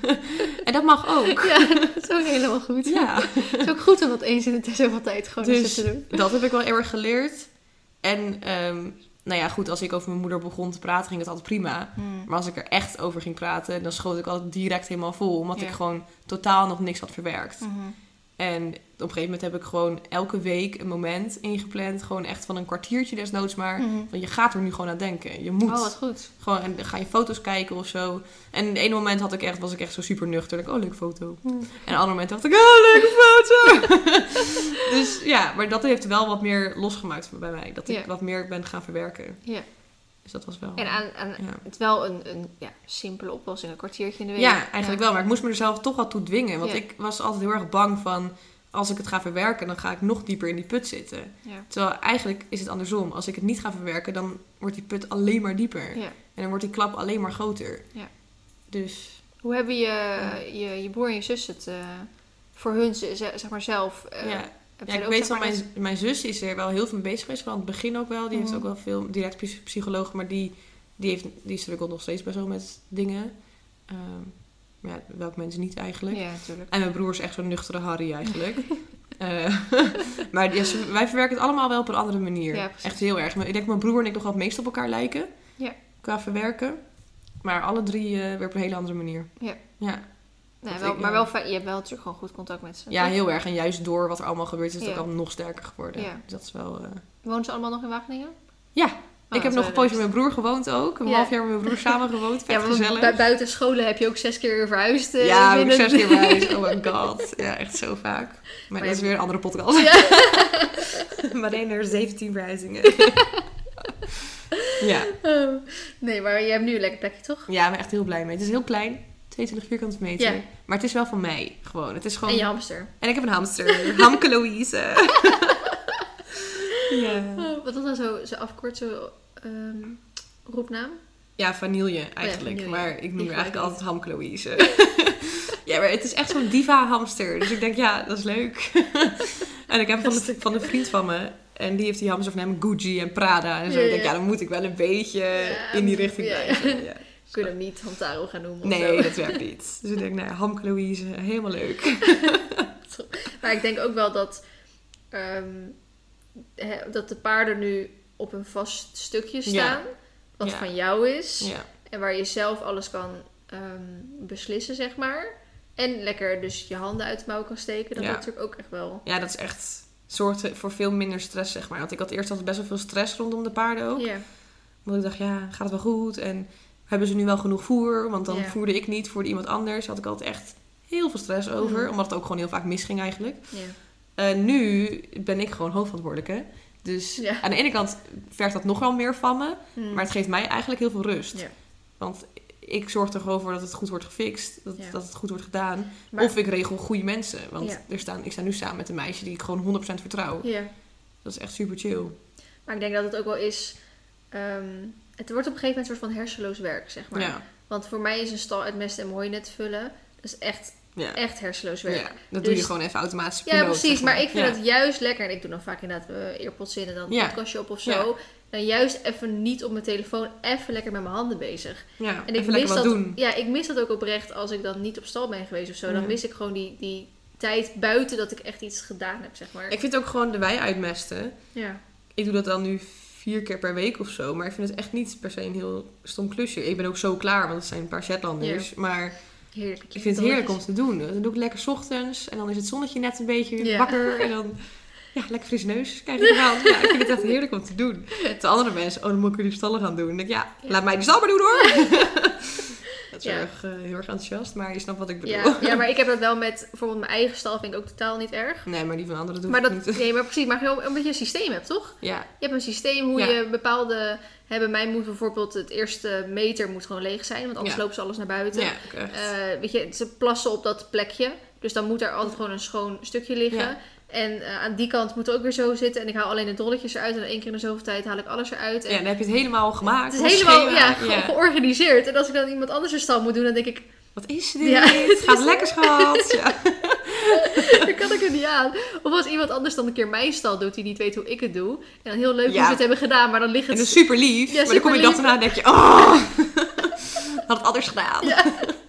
En dat mag ook. Ja, dat is ook helemaal goed. Ja. Het is ook goed om dat eens in de zoveel tijd gewoon dus te doen. Dat heb ik wel heel erg geleerd. En um, nou ja, goed, als ik over mijn moeder begon te praten, ging het altijd prima. Hmm. Maar als ik er echt over ging praten, dan schoot ik altijd direct helemaal vol. Omdat ja. ik gewoon totaal nog niks had verwerkt. Mm-hmm. En op een gegeven moment heb ik gewoon elke week een moment ingepland. Gewoon echt van een kwartiertje desnoods maar. Mm-hmm. Want je gaat er nu gewoon aan denken. Je moet. Oh, wat goed. Gewoon, en dan ga je foto's kijken of zo. En in het ene moment had ik echt, was ik echt zo super nuchter. Ik, oh, leuke foto. Mm. En in het andere moment dacht ik, oh, leuke foto. Dus ja, maar dat heeft wel wat meer losgemaakt bij mij. Dat ik yeah. wat meer ben gaan verwerken. Ja. Yeah. Dus dat was wel... En aan, aan ja. het wel een, een ja, simpele oplossing, een kwartiertje in de week. Ja, eigenlijk ja. wel. Maar ik moest me er zelf toch wel toe dwingen. Want ja. ik was altijd heel erg bang van... Als ik het ga verwerken, dan ga ik nog dieper in die put zitten. Ja. Terwijl eigenlijk is het andersom. Als ik het niet ga verwerken, dan wordt die put alleen maar dieper. Ja. En dan wordt die klap alleen maar groter. Ja. Dus... Hoe hebben je, ja. je, je broer en je zus het uh, voor hun, zeg maar zelf... Uh, ja. Ja, ik weet wel, mijn, mijn zus is er wel heel veel mee bezig geweest. Van het begin ook wel. Die mm. heeft ook wel veel direct psycholoog. Maar die, die, heeft, die struggelt nog steeds best wel met dingen. Um, ja, welke mensen niet eigenlijk. Ja, natuurlijk. En mijn broer is echt zo'n nuchtere Harry eigenlijk. uh, maar ja, wij verwerken het allemaal wel op een andere manier. Ja, echt heel erg. Ik denk mijn broer en ik nog wel het meest op elkaar lijken. Ja. Qua verwerken. Maar alle drie uh, weer op een hele andere manier. Ja. Ja. Nee, wel, ik, maar wel fijn, je hebt wel natuurlijk gewoon goed contact met ze. Ja, heel erg. En juist door wat er allemaal gebeurt is het ja. ook al nog sterker geworden. Ja. Dus dat is wel... Uh... Wonen ze allemaal nog in Wageningen? Ja. Oh, ik heb nog een poosje met mijn broer gewoond ook. Een ja. half jaar met mijn broer samen gewoond. Vet ja, gezellig. Bu- buiten scholen heb je ook zes keer verhuisd. Uh, ja, ik zes keer verhuisd. Oh my god. Ja, echt zo vaak. Maar, maar dat is weer een andere podcast. Ja. Maar nee, er zeventien verhuizingen. Ja. Oh. Nee, maar je hebt nu een lekker plekje, toch? Ja, ik ben echt heel blij mee. Het is heel klein. tweeëntwintig vierkante meter. Ja. Maar het is wel van mij, gewoon. Het is gewoon... En je hamster. En ik heb een hamster. Hamke Louise. Ja. Oh, wat was nou zo, zo afkort, zo um, roepnaam? Ja, vanille eigenlijk. Oh ja, vanille. Maar ik noem haar eigenlijk altijd Hamke Louise. Ja, maar het is echt zo'n diva hamster. Dus ik denk, ja, dat is leuk. En ik heb van, de, van een vriend van me. En die heeft die hamster van hem Gucci en Prada. En zo. Ja, ik denk, ja, dan moet ik wel een beetje ja, in die richting ja. blijven. Ja. We kunnen hem niet Hamtaro gaan noemen. Nee, dat werkt niet. Dus ik denk, nou ja, Hamke Louise, helemaal leuk. Maar ik denk ook wel dat, um, he, dat de paarden nu op een vast stukje staan. Ja. Wat ja. van jou is. Ja. En waar je zelf alles kan um, beslissen, zeg maar. En lekker dus je handen uit de mouw kan steken. Dat ja. is natuurlijk ook echt wel... Ja, dat is echt... Zorgt voor veel minder stress, zeg maar. Want ik had eerst altijd best wel veel stress rondom de paarden ook. Ja. Want ik dacht, ja, gaat het wel goed? En... Hebben ze nu wel genoeg voer? Want dan yeah. voerde ik niet, voerde iemand anders. Daar had ik altijd echt heel veel stress over. Mm. Omdat het ook gewoon heel vaak misging eigenlijk. Yeah. Uh, nu ben ik gewoon hoofdverantwoordelijke. Dus yeah. aan de ene kant vergt dat nog wel meer van me. Mm. Maar het geeft mij eigenlijk heel veel rust. Yeah. Want ik zorg er gewoon voor dat het goed wordt gefixt. Dat, yeah. dat het goed wordt gedaan. Maar... Of ik regel goede mensen. Want yeah. er staan, ik sta nu samen met een meisje die ik gewoon honderd procent vertrouw. Yeah. Dat is echt super chill. Maar ik denk dat het ook wel is... Um... Het wordt op een gegeven moment een soort van hersenloos werk, zeg maar. Ja. Want voor mij is een stal uit mest en mooi net vullen. Dat is echt, ja. echt hersenloos werk. Ja, dat dus, doe je gewoon even automatisch. Ja, piloot, precies. Zeg maar. maar ik vind ja. het juist lekker. En ik doe dan vaak inderdaad uh, earpods in en dan een ja. podcastje op of zo. Ja. Dan juist even niet op mijn telefoon. Even lekker met mijn handen bezig. Ja, en ik even mis wat dat, doen. Ja, ik mis dat ook oprecht als ik dan niet op stal ben geweest of zo. Dan ja. mis ik gewoon die, die tijd buiten dat ik echt iets gedaan heb, zeg maar. Ik vind ook gewoon de wei uitmesten. Ja. Ik doe dat dan nu vier keer per week of zo. Maar ik vind het echt niet per se een heel stom klusje. Ik ben ook zo klaar, want het zijn een paar Shetlanders. Ja. Maar heerlijk, ik vind het heerlijk om te doen. Dan doe ik lekker 's ochtends. En dan is het zonnetje net een beetje ja. wakker. En dan... Ja, lekker frisse neus krijg je eraan. Ja, ik vind het echt heerlijk om te doen. De andere mensen, oh, dan moet ik weer die stallen gaan doen. En denk ik, ja, ja, laat mij die stal maar doen hoor. Dat is ja. erg, uh, heel erg enthousiast, maar je snapt wat ik bedoel. Ja, ja, maar ik heb dat wel met bijvoorbeeld mijn eigen stal, vind ik ook totaal niet erg. Nee, maar die van anderen doe maar ik dat, niet. Nee, maar precies, maar gewoon omdat je een systeem hebt, toch? Ja. Je hebt een systeem hoe ja. je bepaalde... Hè, bij mij moet bijvoorbeeld het eerste meter moet gewoon leeg zijn, want anders ja. lopen ze alles naar buiten. Ja, uh, weet je, ze plassen op dat plekje, dus dan moet er altijd gewoon een schoon stukje liggen. Ja. En uh, aan die kant moet het ook weer zo zitten. En ik haal alleen de dolletjes eruit. En dan één keer in de zoveel tijd haal ik alles eruit. En ja, dan heb je het helemaal gemaakt. Het is helemaal ja, ge- ja. georganiseerd. En als ik dan iemand anders een stal moet doen, dan denk ik... Wat is dit? Ja, het gaat lekker, schat. Ja. Dan kan ik er niet aan. Of als iemand anders dan een keer mijn stal doet, die niet weet hoe ik het doe. En dan heel leuk ja. hoe ze het hebben gedaan. Maar dan ligt het... En dat is super lief. Ja, maar super dan kom je dag daarna en denk je... Oh, had het anders gedaan. Ja.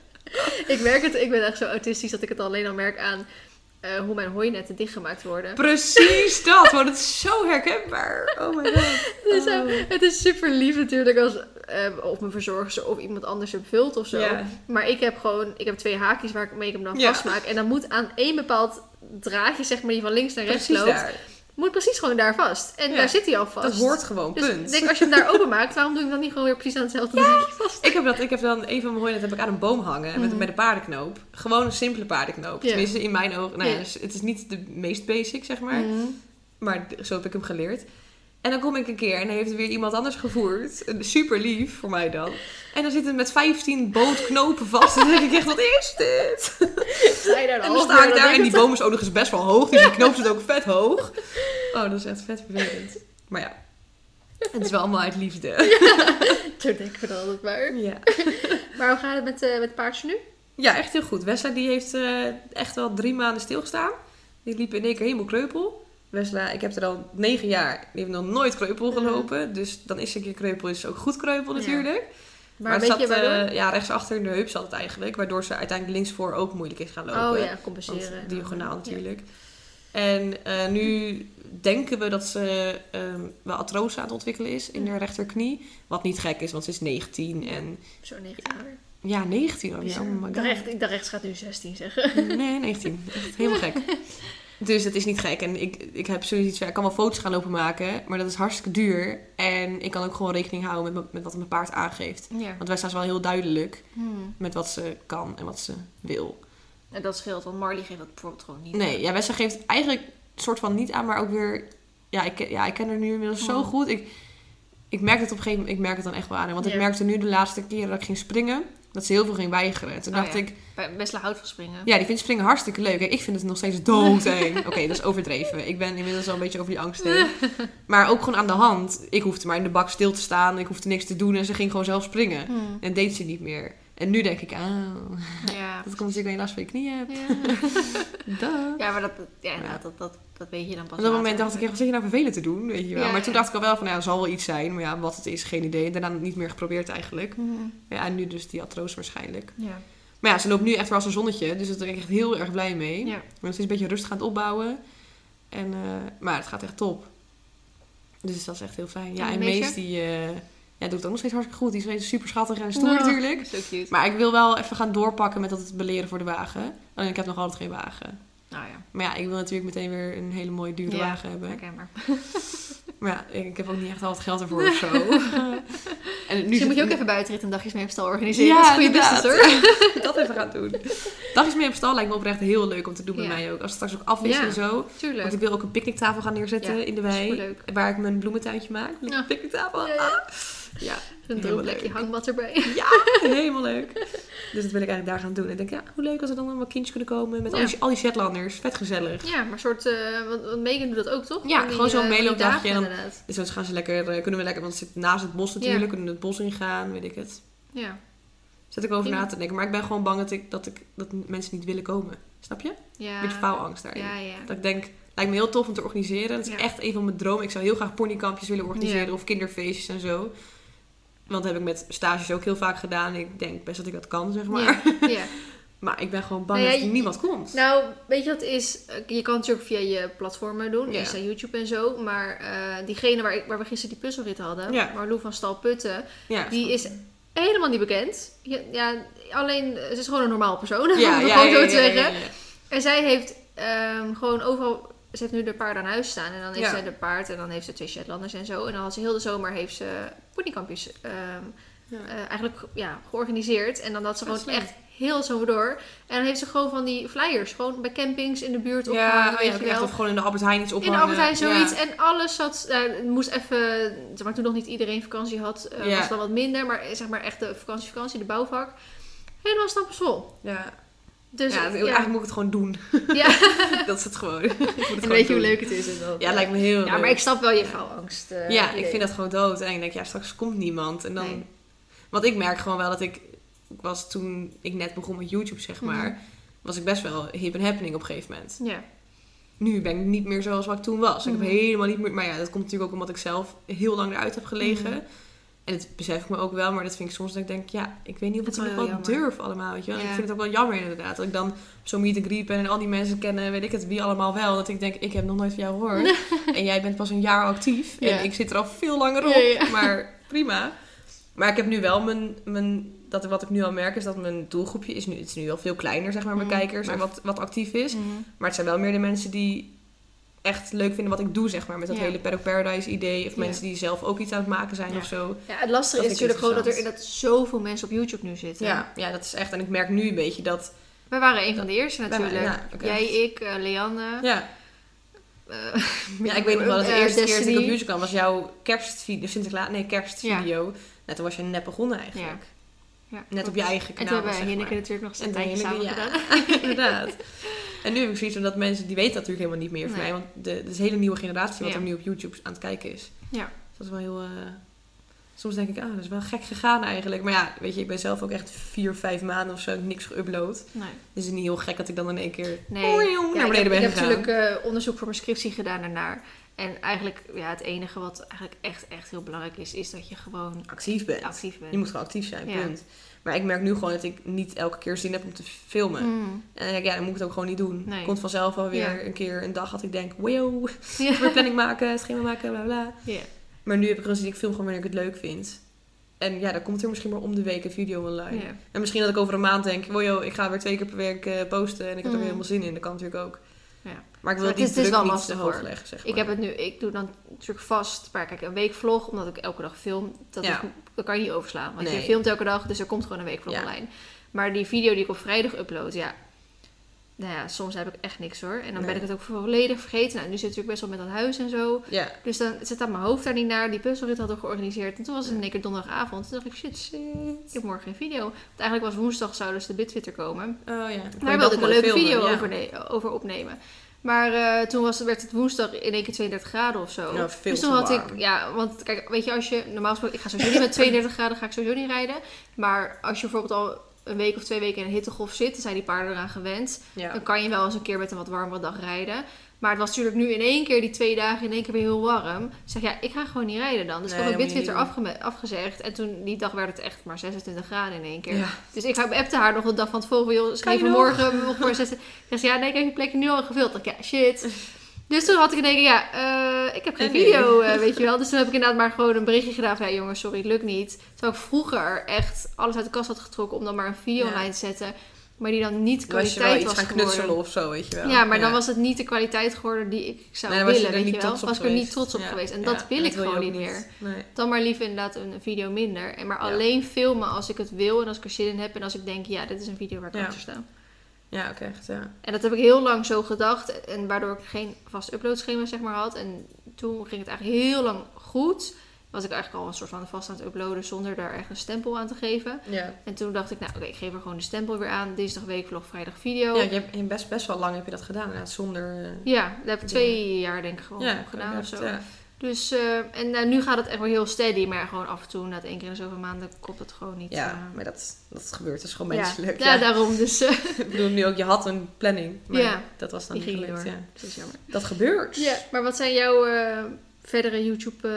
Ik merk het. Ik ben echt zo autistisch dat ik het alleen al merk aan... Uh, hoe mijn hooinetten dichtgemaakt worden. Precies dat, want het is zo herkenbaar. Oh my god. Dus, uh, het is super lief natuurlijk als uh, of mijn verzorgster of iemand anders hem vult of zo. Yeah. Maar ik heb gewoon, ik heb twee haakjes waar ik mee ik hem dan yeah. vastmaak. En dan moet aan één bepaald draadje, zeg maar, die van links naar rechts precies loopt. Daar. Moet precies gewoon daar vast. En ja, daar zit hij al vast. Dat hoort gewoon, dus punt. Ik denk, als je hem daar openmaakt, waarom doe ik dan niet gewoon weer precies aan hetzelfde ja. draadje vast? Ik heb, dat, ik heb dan, een van mijn hooinetten heb ik aan een boom hangen. Mm. Met, met een paardenknoop. Gewoon een simpele paardenknoop. Yeah. Tenminste, in mijn ogen. Nou ja, yeah. Het is niet de meest basic, zeg maar. Mm. Maar zo heb ik hem geleerd. En dan kom ik een keer en dan heeft er weer iemand anders gevoerd. Super lief voor mij dan. En dan zit het met vijftien bootknopen vast. En dan denk ik echt, wat is dit? En dan sta ik daar en die boom is ook nog eens best wel hoog. Dus die knoop zit ook vet hoog. Oh, dat is echt vet vervelend. Maar ja, het is wel allemaal uit liefde. Ja, zo denken we dan altijd maar. Ja. Maar hoe gaat het met, uh, met het paardje nu? Ja, echt heel goed. Wessa die heeft uh, echt wel drie maanden stilgestaan. Die liep in één keer helemaal kreupel. Wesla, ik heb er al negen jaar. Die heeft nog nooit kreupel gelopen. Mm. Dus dan is ze een keer kreupel, is ze ook goed kreupel natuurlijk. Ja. Maar, maar het zat uh, ja, rechtsachter in de heup zat het eigenlijk. Waardoor ze uiteindelijk linksvoor ook moeilijk is gaan lopen. Oh ja, compenseren. Diagonaal natuurlijk. Ja. En uh, nu denken we dat ze um, wel artrose aan het ontwikkelen is in haar rechterknie. Wat niet gek is, want ze is negentien. En, Zo negentien ja, ja, negentien alweer. Ja. Oh my god. De recht, ik dacht rechts gaat nu zestien zeggen. Nee, negentien. Echt helemaal gek. Dus het is niet gek. En ik, ik heb zoiets van, ik kan wel foto's gaan lopen maken. Maar dat is hartstikke duur. En ik kan ook gewoon rekening houden met, met wat mijn paard aangeeft. Ja. Want wij staan wel heel duidelijk hmm. met wat ze kan en wat ze wil. En dat scheelt, want Marley geeft dat bijvoorbeeld gewoon niet. Nee, ja, Wessa geeft eigenlijk een soort van niet aan, maar ook weer... Ja, ik, ja, ik ken haar nu inmiddels hmm. zo goed. Ik, ik merk het op een gegeven moment, ik merk het dan echt wel aan. Want ja. ik merkte nu de laatste keren dat ik ging springen... dat ze heel veel ging weigeren. En toen oh, dacht ja. ik... Wesla houdt van springen. Ja, die vindt springen hartstikke leuk. Ik vind het nog steeds doodeng. Oké, okay, dat is overdreven. Ik ben inmiddels al een beetje over die angst heen. Maar ook gewoon aan de hand. Ik hoefde maar in de bak stil te staan. Ik hoefde niks te doen. En ze ging gewoon zelf springen. Hmm. En deed ze niet meer. En nu denk ik, ah, ja, dat komt natuurlijk aan je last van je knieën hebt. Ja, ja maar dat, ja, ja. Dat, dat, dat weet je dan pas. Op dat moment dacht ik, wat zit je nou vervelend te doen? Weet je wel. Ja, maar toen dacht ik al wel van, ja, er zal wel iets zijn. Maar ja, wat het is, geen idee. Daarna niet meer geprobeerd eigenlijk. Mm. Ja, en nu dus die artrose waarschijnlijk. Ja. Maar ja, ze loopt nu echt wel als een zonnetje. Dus daar ben ik echt heel erg blij mee. Ja. Maar ze is een beetje rustig aan het opbouwen. En, uh, maar het gaat echt top. Dus dat is echt heel fijn. Ja, en, en Mees die... Uh, Ja, doet het ook nog steeds hartstikke goed. Die is super schattig en stoer oh, natuurlijk. Zo cute. Maar ik wil wel even gaan doorpakken met dat het beleren voor de wagen. Alleen ik heb nog altijd geen wagen. Nou ja. Maar ja, ik wil natuurlijk meteen weer een hele mooie dure ja, wagen hebben. Herkenbaar. Maar ja, ik heb ook niet echt altijd geld ervoor of zo. En nu dus je moet je ook even buitenrit en dagjes mee op stal organiseren. Ja, dat is goede business hoor. Dat even gaan doen. Dagjes mee op stal lijkt me oprecht heel leuk om te doen ja. bij mij ook. Als het straks ook af is ja, en zo. Tuurlijk. Want ik wil ook een picknicktafel gaan neerzetten ja, in de wei. Waar ik mijn bloementuintje maak. Een ja. picknicktafel. Ja, ja. Ja, een droomplekje hangmat erbij. Ja, helemaal leuk. Dus dat wil ik eigenlijk daar gaan doen. En ik denk, ja, hoe leuk als er dan allemaal kindjes kunnen komen met ja. al, die, al die Shetlanders. Vet gezellig. Ja, maar een soort, uh, want, want Megan doet dat ook, toch? Ja, die, gewoon zo'n uh, meeloopdagje. En dan, dus dan gaan ze lekker, uh, kunnen we lekker, want het zit naast het bos natuurlijk. Ja. Kunnen we het bos ingaan, weet ik het. Ja. Zet ik over ja. na te denken. Maar ik ben gewoon bang dat, ik, dat, ik, dat mensen niet willen komen. Snap je? Ja. Een beetje faalangst daarin. Ja, ja. Dat ik denk, lijkt me heel tof om te organiseren. Dat is ja. echt een van mijn dromen. Ik zou heel graag ponykampjes willen organiseren. Ja. Of kinderfeestjes en zo. Want dat heb ik met stages ook heel vaak gedaan. Ik denk best dat ik dat kan, zeg maar. Ja, ja. Maar ik ben gewoon bang nou ja, dat er niemand komt. Nou, weet je wat het is? Je kan het natuurlijk via je platformen doen. Ja. Insta, YouTube en zo. Maar uh, diegene waar, ik, waar we gisteren die puzzelrit hadden. Ja. Marlou van Stalputten. Ja, die is helemaal niet bekend. Ja, ja, alleen, ze is gewoon een normaal persoon. Ja, om het ja, gewoon ja, zo ja, te ja, zeggen. Ja, ja, ja. En zij heeft um, gewoon overal... Ze heeft nu de paarden aan huis staan. En dan heeft ja. zij de paard. En dan heeft ze twee Shetlanders en zo. En dan had ze heel de zomer heeft ze ponykampjes um, ja. uh, eigenlijk ja, georganiseerd. En dan had ze gewoon leuk. echt heel zo door. En dan heeft ze gewoon van die flyers. Gewoon bij campings in de buurt opgehangen. Ja, weet je echt of gewoon in de Albert Heijn iets ophangen. In de Albert Heijn zoiets. Ja. En alles zat... Uh, moest even... Zeg maar, toen nog niet iedereen vakantie had. Uh, ja. Was het dan wat minder. Maar zeg maar echt de vakantie, vakantie. De bouwvak. Helemaal stampensvol. Ja. Dus, ja, ja, eigenlijk moet ik het gewoon doen. Ja. Dat is het gewoon. Ik moet het en gewoon weet je doen. hoe leuk het is? En dat, ja, het lijkt me heel Ja, leuk. maar ik snap wel je faalangst. Uh, ja, idee. Ik vind dat gewoon dood. En ik denk, ja, straks komt niemand. En dan... Nee. Want ik merk gewoon wel dat ik... Ik was toen ik net begon met YouTube, zeg maar... Mm-hmm. Was ik best wel hip en happening op een gegeven moment. Ja. Nu ben ik niet meer zoals wat ik toen was. Mm-hmm. Ik heb helemaal niet meer... Maar ja, dat komt natuurlijk ook omdat ik zelf heel lang eruit heb gelegen. Mm-hmm. En dat besef ik me ook wel, maar dat vind ik soms dat ik denk, ja, ik weet niet of ik het nog wel jammer. durf allemaal, weet je wel. Ja. Ik vind het ook wel jammer inderdaad, dat ik dan zo meet and greet ben en al die mensen kennen, weet ik het, wie allemaal wel. Dat ik denk, ik heb nog nooit van jou gehoord. En jij bent pas een jaar actief en ja. ik zit er al veel langer op, ja, ja. maar prima. Maar ik heb nu wel mijn, mijn dat wat ik nu al merk is dat mijn doelgroepje is nu, het is nu wel veel kleiner, zeg maar, mijn mm, kijkers maar... en wat, wat actief is. Mm. Maar het zijn wel meer de mensen die echt leuk vinden wat ik doe, zeg maar. Met dat ja. hele Paddock Paradise idee. Of ja. mensen die zelf ook iets aan het maken zijn ja. of zo. Ja, het lastige is natuurlijk gewoon dat er dat zoveel mensen op YouTube nu zitten. Ja, ja, dat is echt. En ik merk nu een beetje dat... Wij waren een van de eerste natuurlijk. Waren, ja, okay. Jij, ik, uh, Leanne. Ja. Uh, ja, ik weet nog wel dat de uh, eerste Destiny. keer dat ik op YouTube kwam was jouw kerstvideo. Sinterklaas, nee, kerstvideo. Ja. Net toen was je net begonnen eigenlijk. Ja. Ja, net klopt. Op je eigen kanaal. En toen hebben Hinneke natuurlijk nog een tijdje samen ja. gedaan. Inderdaad. En nu heb ik zoiets van dat mensen, die weten dat natuurlijk helemaal niet meer van nee. mij. Want de, de, de hele nieuwe generatie wat ja. er nu op YouTube aan het kijken is. Ja. Dus dat is wel heel... Uh, soms denk ik, ah, dat is wel gek gegaan eigenlijk. Maar ja, weet je, ik ben zelf ook echt vier, vijf maanden of zo niks geüpload. Nee. Dus het is niet heel gek dat ik dan in één keer nee. oh, jong, ja, naar beneden ik heb, ben ik gegaan. Ik heb natuurlijk uh, onderzoek voor mijn scriptie gedaan daarnaar. En eigenlijk, ja, het enige wat eigenlijk echt, echt heel belangrijk is, is dat je gewoon actief bent. Actief bent. Je moet gewoon actief zijn, ja. punt. Maar ik merk nu gewoon dat ik niet elke keer zin heb om te filmen. Mm. En dan denk ik, ja, dan moet ik het ook gewoon niet doen. Nee. Komt vanzelf alweer ja. een keer een dag dat ik denk, wow, ja. weer planning maken, schema maken, bla bla. Ja. Maar nu heb ik gewoon zin, ik film gewoon wanneer ik het leuk vind. En ja, dan komt er misschien maar om de week een video online. Ja. En misschien dat ik over een maand denk, wow, ik ga weer twee keer per week uh, posten en ik heb mm. er weer helemaal zin in. Dat kan natuurlijk ook. Ja. Maar ik wil het, het niet druk niet te hoog leggen, zeg maar. Ik heb het nu, ik doe dan natuurlijk vast, maar kijk, een weekvlog, omdat ik elke dag film, dat, ja. is, dat kan je niet overslaan. Want nee. je filmt elke dag, dus er komt gewoon een weekvlog ja. online. Maar die video die ik op vrijdag upload, ja, nou ja, soms heb ik echt niks hoor. En dan nee. ben ik het ook volledig vergeten. Nou, nu zit ik natuurlijk best wel met dat huis en zo. Ja. Dus dan zit aan mijn hoofd daar niet naar. Die puzzelrit hadden we georganiseerd. En toen was het in één keer donderdagavond. Toen dacht ik, shit, shit, ik heb morgen geen video. Want eigenlijk was woensdag zouden ze de Bitfitter komen. Oh ja. Daar wilde ik een leuke filmen. video ja. over, ne- over opnemen. Maar uh, toen was, werd het woensdag in één keer tweeëndertig graden of zo. Ja, veel dus toen te had warm. ik, ja, want kijk, weet je, als je normaal gesproken, ik ga sowieso niet met tweeëndertig graden, ga ik sowieso niet rijden. Maar als je bijvoorbeeld al een week of twee weken in een hittegolf zit, dan zijn die paarden eraan gewend. Ja. Dan kan je wel eens een keer met een wat warmere dag rijden. Maar het was natuurlijk nu in één keer, die twee dagen, in één keer weer heel warm. Dus ik zeg, ja, ik ga gewoon niet rijden dan. Dus nee, ik had mijn Bitfitter afge- afgezegd. En toen, die dag werd het echt maar zesentwintig graden in één keer. Ja. Dus ik appte haar nog de dag van tevoren. Joh, schreef vanmorgen nog voor zesentwintig. Ik zei, ja, nee, ik heb je plekje nu al gevuld. Ik dacht, ja, shit. Dus toen had ik in één keer, ja, uh, ik heb geen nee. video, uh, weet je wel. Dus toen heb ik inderdaad maar gewoon een berichtje gedaan van, ja jongens, sorry, het lukt niet. Terwijl ik vroeger echt alles uit de kast had getrokken om dan maar een video ja. online te zetten. Maar die dan niet de kwaliteit was, was gaan geworden. Knutselen of zo, weet je wel. Ja, maar ja. dan was het niet de kwaliteit geworden die ik zou nee, willen, was weet je wel. Was ik er niet trots op ja. geweest. En ja. dat wil en ik dat gewoon wil niet niet meer. Nee. Dan maar liever inderdaad een video minder. En maar ja. alleen filmen als ik het wil en als ik er zin in heb. En als ik denk, ja, dit is een video waar ik ja. achter sta. Ja, ook echt, ja. En dat heb ik heel lang zo gedacht. En waardoor ik geen vast uploadschema, zeg maar, had. En toen ging het eigenlijk heel lang goed. Was ik eigenlijk al een soort van vast aan het uploaden zonder daar echt een stempel aan te geven. Ja. En toen dacht ik, nou oké, okay, ik geef er gewoon de stempel weer aan. Dinsdag weekvlog, vrijdag video. Ja, je hebt best, best wel lang heb je dat gedaan. Inderdaad, zonder... Uh, ja, dat heb ik twee ja. jaar denk ik gewoon ja, gedaan ja, of zo. Ja. Dus, uh, en uh, nu gaat het echt wel heel steady. Maar gewoon af en toe, na één keer in zoveel maanden, komt het gewoon niet. Ja, uh, maar dat, dat gebeurt. Dat is gewoon menselijk. Ja, ja. ja daarom. Dus, uh, ik bedoel, nu ook, je had een planning. Maar ja, dat was dan niet gelukt. door. Ja. Dat is jammer. Dat gebeurt. Ja, maar wat zijn jouw uh, verdere YouTube uh,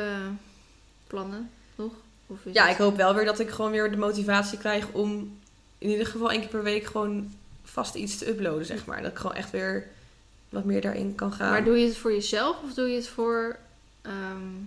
plannen nog? Of ja, het? Ik hoop wel weer dat ik gewoon weer de motivatie krijg om in ieder geval één keer per week gewoon vast iets te uploaden, zeg maar. Dat ik gewoon echt weer wat meer daarin kan gaan. Maar doe je het voor jezelf of doe je het voor... Um,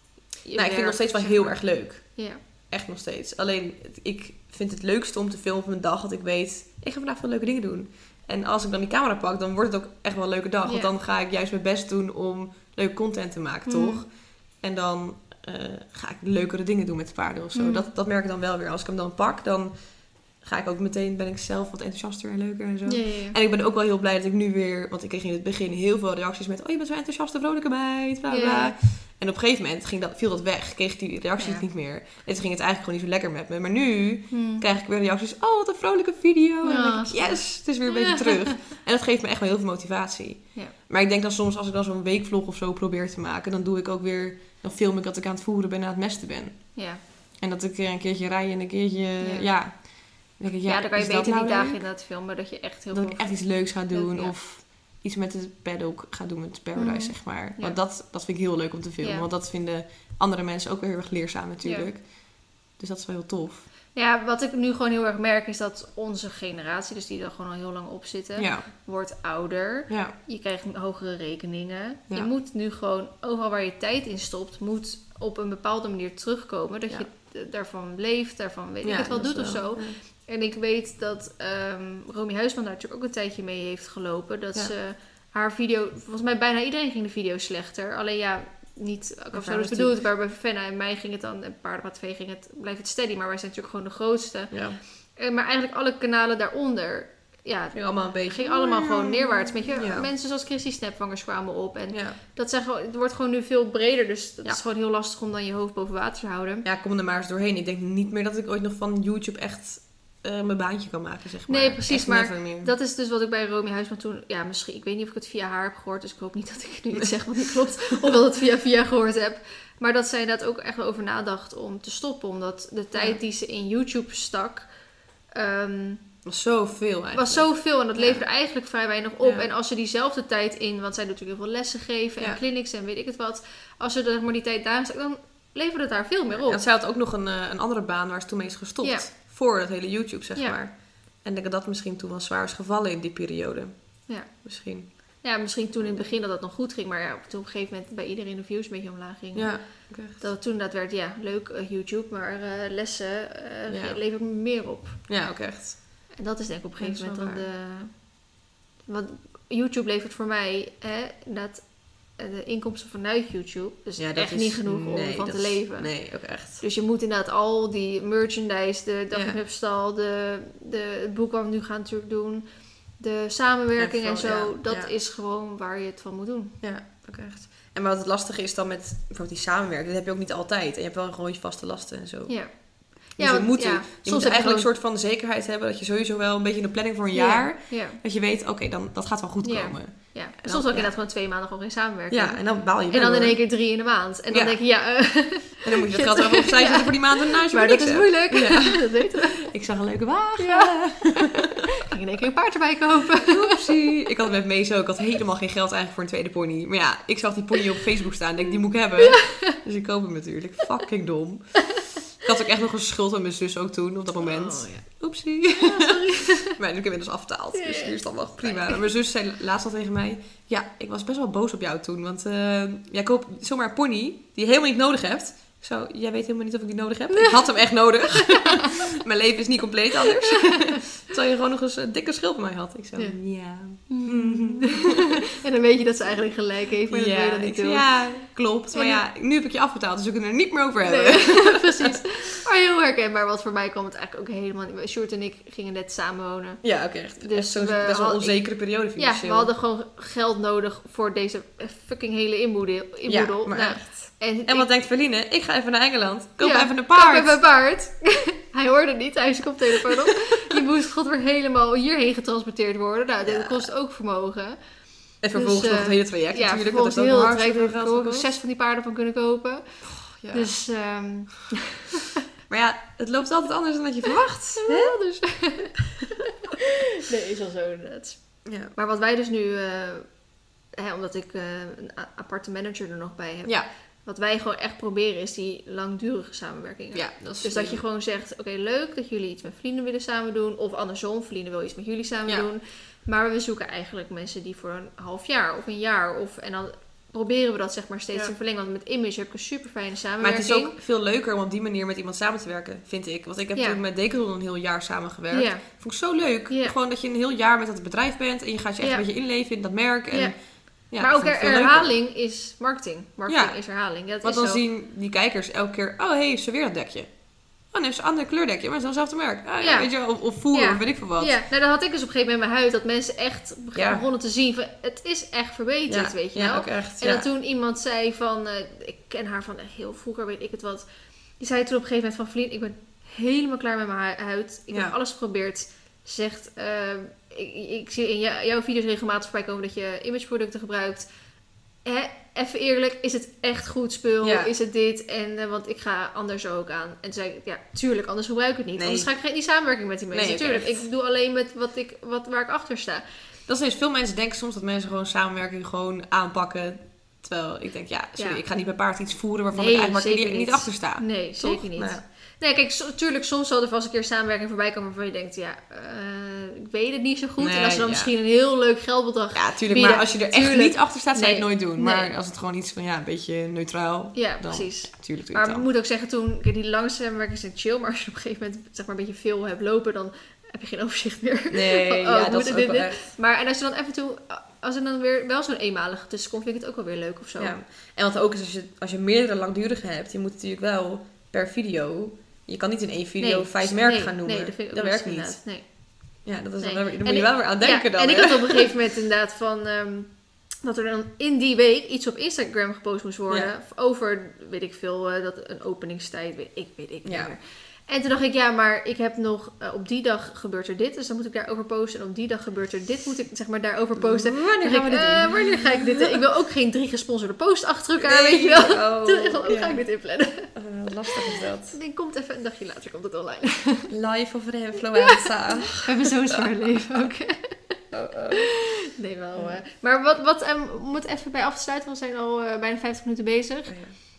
je nou, ik vind het nog steeds wel heel erg leuk. Ja. Echt nog steeds. Alleen, ik vind het leukste om te filmen op een dag dat ik weet... ik ga vandaag veel leuke dingen doen. En als ik dan die camera pak, dan wordt het ook echt wel een leuke dag. Ja. Want dan ga ik juist mijn best doen om leuke content te maken, mm. toch? En dan uh, ga ik leukere dingen doen met de paarden of zo. Mm. Dat, dat merk ik dan wel weer. Als ik hem dan pak, dan ga ik ook meteen... ben ik zelf wat enthousiaster en leuker en zo. Ja, ja, ja. En ik ben ook wel heel blij dat ik nu weer... want ik kreeg in het begin heel veel reacties met... oh, je bent zo enthousiaste, vrolijke meid, bla bla. Ja. En op een gegeven moment ging dat, viel dat weg. Kreeg ik die reacties ja. niet meer. En toen ging het eigenlijk gewoon niet zo lekker met me. Maar nu hmm. krijg ik weer reacties. Oh, wat een vrolijke video. Ja, en dan denk ik, yes, het is weer een beetje terug. En dat geeft me echt wel heel veel motivatie. Ja. Maar ik denk dan soms, als ik dan zo'n weekvlog of zo probeer te maken... dan doe ik ook weer... dan film ik dat ik aan het voeren ben en aan het mesten ben. Ja. En dat ik een keertje rij en een keertje... Ja, ja, denk ik, ja, ja dan kan je beter nou die dagen inderdaad filmen. Dat je echt heel Dat veel... ik echt iets leuks ga doen. Ja. Of... iets met het paddock ga doen met Paradise, mm. zeg maar. Ja. Want dat, dat vind ik heel leuk om te filmen. Ja. Want dat vinden andere mensen ook weer heel erg leerzaam natuurlijk. Ja. Dus dat is wel heel tof. Ja, wat ik nu gewoon heel erg merk is dat onze generatie, dus die er gewoon al heel lang op zitten, ja. wordt ouder. Ja. Je krijgt hogere rekeningen. Ja. Je moet nu gewoon, overal waar je tijd in stopt, moet op een bepaalde manier terugkomen. Dat ja. je daarvan leeft, daarvan weet ik ja, het wel doet wel. Of zo. Ja. En ik weet dat um, Romy Huisman daar natuurlijk ook een tijdje mee heeft gelopen. Dat ja. ze haar video... Volgens mij bijna iedereen ging de video slechter. Alleen ja, niet absoluut bedoeld. Maar bij Fenna en mij ging het dan... En Paardenpad twee ging het, blijft het steady. Maar wij zijn natuurlijk gewoon de grootste. Ja. En, maar eigenlijk alle kanalen daaronder... Ja, ging allemaal een beetje... Ging allemaal gewoon neerwaarts. Weet je, ja. Mensen zoals Christy Snapvangers kwamen op. En ja. dat zijn gewoon, het wordt gewoon nu veel breder. Dus dat ja. is gewoon heel lastig om dan je hoofd boven water te houden. Ja, kom er maar eens doorheen. Ik denk niet meer dat ik ooit nog van YouTube echt... Uh, mijn baantje kan maken, zeg maar. Nee, precies, echt maar dat is dus wat ik bij Romy Huisman toen... Ja, misschien, ik weet niet of ik het via haar heb gehoord, dus ik hoop niet dat ik nu iets zeg wat niet klopt, of dat het via via gehoord heb. Maar dat zij inderdaad ook echt wel over nadacht om te stoppen, omdat de tijd ja. die ze in YouTube stak... Um, was zoveel eigenlijk. Was zoveel en dat ja. leverde eigenlijk vrij weinig op. Ja. En als ze diezelfde tijd in, want zij doet natuurlijk heel veel lessen geven en ja. clinics en weet ik het wat. Als ze er maar die tijd daar stak, dan leverde het daar veel meer op. En zij had ook nog een, een andere baan waar ze toen mee is gestopt. Ja. Voor dat hele YouTube, zeg ja. maar. En ik denk dat dat misschien toen wel zwaar is gevallen in die periode. Ja. Misschien. Ja, misschien toen in het begin dat dat nog goed ging. Maar ja, toen op een gegeven moment bij iedereen de views een beetje omlaag gingen. Ja, dat het toen dat werd, ja, leuk uh, YouTube. Maar uh, lessen uh, ja. levert meer op. Ja, ook echt. En dat is denk ik op een gegeven moment dan de... Want YouTube levert voor mij, hè, dat... de inkomsten vanuit YouTube. Dus ja, echt is, niet genoeg om nee, van te is, leven. Nee, ook echt. Dus je moet inderdaad al die merchandise, de Dag en Hupstal, de, de, het boek wat we nu gaan natuurlijk doen, de samenwerking en, van, en zo. Ja, dat ja. is gewoon waar je het van moet doen. Ja, ook echt. En wat het lastige is dan met bijvoorbeeld die samenwerking, dat heb je ook niet altijd. En je hebt wel gewoon je vaste lasten en zo. Ja. Dus ja, je moet, ja. je moet eigenlijk gewoon... een soort van zekerheid hebben dat je sowieso wel een beetje een planning voor een ja, jaar, ja. dat je weet, oké, okay, dan dat gaat wel goed ja. komen. Ja, en soms dan, ook inderdaad ja. gewoon twee maanden gewoon geen samenwerking. Ja, en dan baal je En dan in één keer drie in de maand. En dan ja. denk je, ja... Uh, en dan moet je dat geld er opzij zetten ja. voor die maand en een huisje. Maar dat is hebt. Moeilijk. Ja. Dat weten we. Ik zag een leuke wagen. Ja. Ik ging in één keer een paard erbij kopen. Oepsie. Ik had het met Mees ook. Ik had helemaal geen geld eigenlijk voor een tweede pony. Maar ja, ik zag die pony op Facebook staan. Ik denk, die moet ik hebben. Ja. Dus ik koop hem natuurlijk. Fucking dom. Ik had ook echt nog een schuld aan mijn zus ook toen, op dat moment. Oh, ja. Oepsie. Ja, sorry. Maar nu heb ik hem dus afbetaald. Ja, dus nu is het allemaal prima. Maar mijn zus zei laatst al tegen mij... Ja, ik was best wel boos op jou toen. Want uh, jij koopt zomaar een pony die je helemaal niet nodig hebt. Ik zo, jij weet helemaal niet of ik die nodig heb. Ik had hem echt nodig. Mijn leven is niet compleet anders. Terwijl je gewoon nog eens een dikke schuld bij mij had. Ik zo, ja. ja. Mm. En dan weet je dat ze eigenlijk gelijk heeft. Maar ja, dat weet je niet ik, ja, klopt. Maar ja, nu heb ik je afbetaald. Dus we kunnen er niet meer over hebben. Nee, precies. Maar heel herkenbaar. Want voor mij kwam het eigenlijk ook helemaal niet. Sjoerd en ik gingen net samenwonen. Ja, oké. Echt. Dus echt zo'n best wel onzekere periode financieel. Ja, we hadden gewoon geld nodig voor deze fucking hele inboedel. inboedel. Ja, maar nou, echt. En, en wat ik, denkt Verline? Ik ga even naar Engeland. Koop ja, even een paard. Koop even een paard. Hij hoorde niet. Hij is koptelefoon op. Die moest god weer helemaal hierheen getransporteerd worden. Nou, dat ja. kost ook vermogen. En vervolgens dus, uh, nog het hele traject ja, natuurlijk. Ja, vervolgens heel het traject. Daar heb ik ook zes van die paarden van kunnen kopen. Oh, ja. Dus... Um... maar ja, het loopt altijd anders dan dat je verwacht. Ja, hè? Dus... nee, is wel zo inderdaad. Ja. Maar wat wij dus nu... Uh, Hè, omdat ik uh, een aparte manager er nog bij heb. Ja. wat wij gewoon echt proberen is die langdurige samenwerkingen. Ja, dat is dus dat je gewoon zegt, oké, okay, leuk dat jullie iets met vrienden willen samen doen. Of andersom, vrienden willen iets met jullie samen ja. doen. Maar we zoeken eigenlijk mensen die voor een half jaar of een jaar. Of, en dan proberen we dat zeg maar steeds ja. te verlengen. Want met Image heb ik een super fijne samenwerking. Maar het is ook veel leuker om op die manier met iemand samen te werken, vind ik. Want ik heb ja. natuurlijk met Decathlon een heel jaar samengewerkt. Ja. Vond ik zo leuk. Ja. Gewoon dat je een heel jaar met dat bedrijf bent. En je gaat je echt ja. een beetje inleven in dat merk. En, ja. Ja, maar ook herhaling leuker. Is marketing. Marketing ja. is herhaling. Ja, dat Want is dan zo. zien die kijkers elke keer... Oh, hé, hey, ze weer dat dekje. Oh, nee, is een ander kleurdekje, maar het is wel hetzelfde merk. Ah, ja, ja. Weet je, of, of voer, ja. of weet ik veel wat. Ja, nou, dat had ik dus op een gegeven moment in mijn huid. Dat mensen echt begonnen ja. te zien van... Het is echt verbeterd, ja. weet je ja, wel. Ook echt, en ja. dat toen iemand zei van... Uh, ik ken haar van echt heel vroeger, weet ik het wat. Die zei toen op een gegeven moment van... Vlien, ik ben helemaal klaar met mijn huid. Ik ja. heb alles geprobeerd. Zegt... Uh, ik, ik zie in jou, jouw video's regelmatig voorbij komen dat je imageproducten gebruikt... Hè, even eerlijk, is het echt goed spul? Ja. Is het dit? En, uh, want ik ga anders ook aan. En toen zei ik, ja, tuurlijk, anders gebruik ik het niet. Nee. Anders ga ik geen die samenwerking met die mensen. Nee, tuurlijk, ik doe alleen met wat ik, wat, waar ik achter sta. Dat is dus, veel mensen denken soms dat mensen gewoon samenwerking gewoon aanpakken. Terwijl ik denk, ja, sorry, ja. ik ga niet bij paard iets voeren waarvan nee, ik eigenlijk niet, niet achter sta. Nee, Toch? zeker niet. Nou. Nee, kijk, natuurlijk, soms zal er vast een keer samenwerking voorbij komen waarvan je denkt, ja, uh, ik weet het niet zo goed. Nee, en als je dan ja. misschien een heel leuk geldbedrag Ja, tuurlijk, bieden, maar als je er echt tuurlijk, niet achter staat, zou je nee, het nooit doen. Nee. Maar als het gewoon iets van, ja, een beetje neutraal. Ja, dan, precies. Ja, tuurlijk doe maar ik ik moet ook zeggen, toen, die lange samenwerking is chill, maar als je op een gegeven moment, zeg maar, een beetje veel hebt lopen, dan heb je geen overzicht meer. Nee, van, oh, ja, dat is ook dit, wel dit. echt. Maar en als je dan even toe, als er dan weer wel zo'n eenmalige tussenkomt, vind ik het ook wel weer leuk of zo. Ja. En wat ook is, als je, als je meerdere langdurige hebt, je moet natuurlijk wel per video... Je kan niet in één video nee, vijf merken nee, gaan noemen. Nee, dat, vind ik dat werkt niet. Nee. Ja, dat is nee. dan, daar moet en je wel weer aan denken ja, dan. En hè? ik had op een gegeven moment inderdaad van... Um, dat er dan in die week iets op Instagram gepost moest worden. Ja. Over, weet ik veel, uh, dat een openingstijd. Weet ik, weet ik niet ja. meer. En toen dacht ik, ja, maar ik heb nog... Uh, op die dag gebeurt er dit, dus dan moet ik daarover posten. En op die dag gebeurt er dit, moet ik zeg maar daarover posten. Wanneer gaan ik, we dit uh, doen? Wanneer ga ik dit doen? Ik wil ook geen drie gesponsorde posts achter elkaar, nee, weet je wel. Oh, toen dacht ik van, hoe ja. ga ik dit inplannen? Uh, lastig is dat. Ik denk, komt even een dagje later, komt het online. Live over de influenza. We hebben zo'n zwaar leven ook. Oh, oh. Nee, wel. Uh, maar wat, wat um, we moeten even bij afsluiten, want we zijn al uh, bijna vijftig minuten bezig. Oh, ja.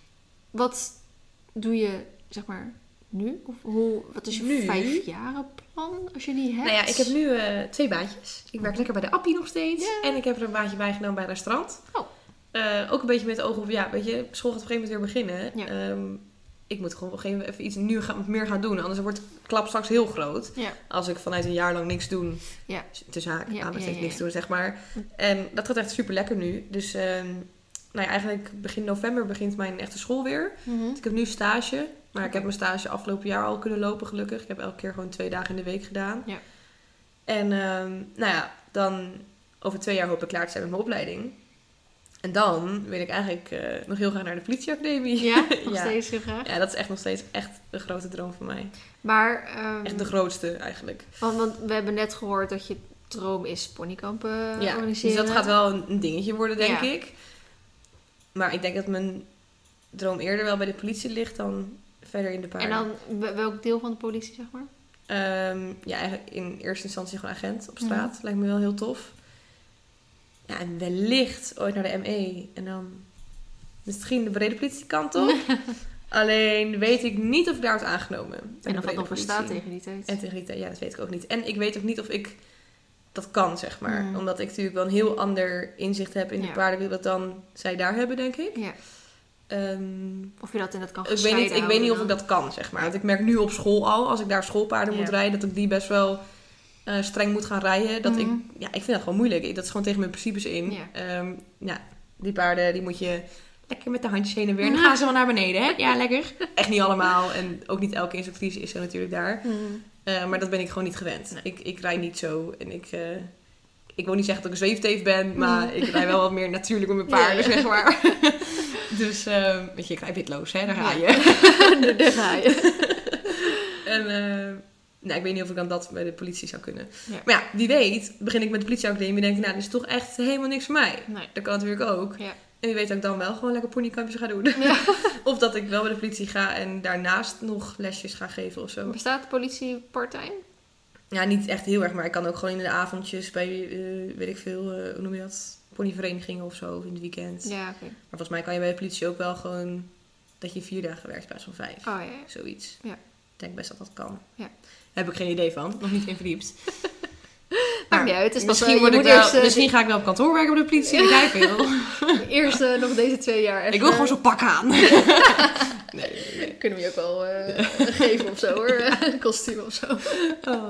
Wat doe je, zeg maar, nu? Of hoe, wat is je nu? vijfjarenplan als je die hebt? Nou ja, ik heb nu uh, twee baantjes. Ik werk lekker bij de Appie nog steeds. Yeah. En ik heb er een baantje bij genomen bij een restaurant. Oh. Uh, ook een beetje met het oog op, ja, weet je, school gaat op een gegeven moment weer beginnen. Ja. Um, ik moet gewoon op een gegeven moment even iets nu gaan, meer gaan doen. Anders wordt de klap straks heel groot. Ja. Als ik vanuit een jaar lang niks doen. Ja. Tussen haak, ja, aan ja, ja, ja. niks doen, zeg maar. En dat gaat echt super lekker nu. Dus um, nou ja, eigenlijk begin november begint mijn echte school weer. Mm-hmm. Dus ik heb nu stage. Maar okay. ik heb mijn stage afgelopen jaar al kunnen lopen, gelukkig. Ik heb elke keer gewoon twee dagen in de week gedaan. Ja. En um, nou ja, dan over twee jaar hoop ik klaar te zijn met mijn opleiding. En dan wil ik eigenlijk uh, nog heel graag naar de politieacademie. Ja, nog ja. steeds heel graag. Ja, dat is echt nog steeds echt een grote droom van mij. Maar... Um, echt de grootste eigenlijk. Want, want we hebben net gehoord dat je droom is ponykampen ja, organiseren. Dus dat gaat wel een dingetje worden, denk ja. ik. Maar ik denk dat mijn droom eerder wel bij de politie ligt dan verder in de paarden. En dan welk deel van de politie, zeg maar? Um, ja, eigenlijk in eerste instantie gewoon agent op straat. Mm. Lijkt me wel heel tof. Ja, en wellicht ooit naar de M E. En dan misschien de brede politiekant op. Alleen weet ik niet of ik daar wordt aangenomen. En of dat nog bestaat tegen die tijd. En tegen die tijd, ja, dat weet ik ook niet. En ik weet ook niet of ik dat kan, zeg maar. Mm. Omdat ik natuurlijk wel een heel ander inzicht heb in ja. de paardenwereld dan zij daar hebben, denk ik. Ja. Um, of je dat in dat kan ik weet niet, Ik weet niet of ik dat kan, zeg maar. Want ik merk nu op school al, als ik daar schoolpaarden ja. moet rijden, dat ik die best wel uh, streng moet gaan rijden. Dat mm-hmm. ik, ja, ik vind dat gewoon moeilijk. Dat is gewoon tegen mijn principes in. Ja. Um, ja, die paarden, die moet je lekker met de handjes heen en weer. En dan gaan ze wel naar beneden, hè? Ja, lekker. Echt niet allemaal. En ook niet elke instructrice is er natuurlijk daar. Mm. Uh, maar dat ben ik gewoon niet gewend. Nee. Ik, ik rij niet zo. En ik... Uh, ik wil niet zeggen dat ik een zweefteef ben, maar mm. ik rij wel wat meer natuurlijk op mijn paarden, ja, ja. zeg maar. Dus, uh, weet je, ik rij witloos, hè? Daar ga je. Ja. Daar ga je. En, uh, nou, ik weet niet of ik dan dat bij de politie zou kunnen. Ja. Maar ja, wie weet, begin ik met de politieacademie en denk ik, nou, dit is toch echt helemaal niks voor mij. Nee. Dat kan natuurlijk ook. Ja. En wie weet dat ik dan wel gewoon lekker ponykampjes ga doen. Ja. Of dat ik wel bij de politie ga en daarnaast nog lesjes ga geven of zo. Bestaat de politie part-time? Ja, niet echt heel erg, maar ik kan ook gewoon in de avondjes bij, uh, weet ik veel, uh, hoe noem je dat? ponyverenigingen of zo in het weekend. Ja, oké. Okay. Maar volgens mij kan je bij de politie ook wel gewoon dat je vier dagen werkt in plaats van vijf. Oh ja. ja. Zoiets. Ja. Ik denk best dat dat kan. Ja. Daar heb ik geen idee van. Nog niet in verdiept. Maakt niet uit. Misschien, dat, uh, wel, eerst, uh, misschien ga ik wel op kantoor werken bij de politie. Ja. Ik veel. Eerst uh, nog deze twee jaar even... Ik wil gewoon zo'n pak aan. nee, nee, nee. Kunnen we je ook wel uh, ja. geven of zo hoor. Een kostuum of zo. Oh.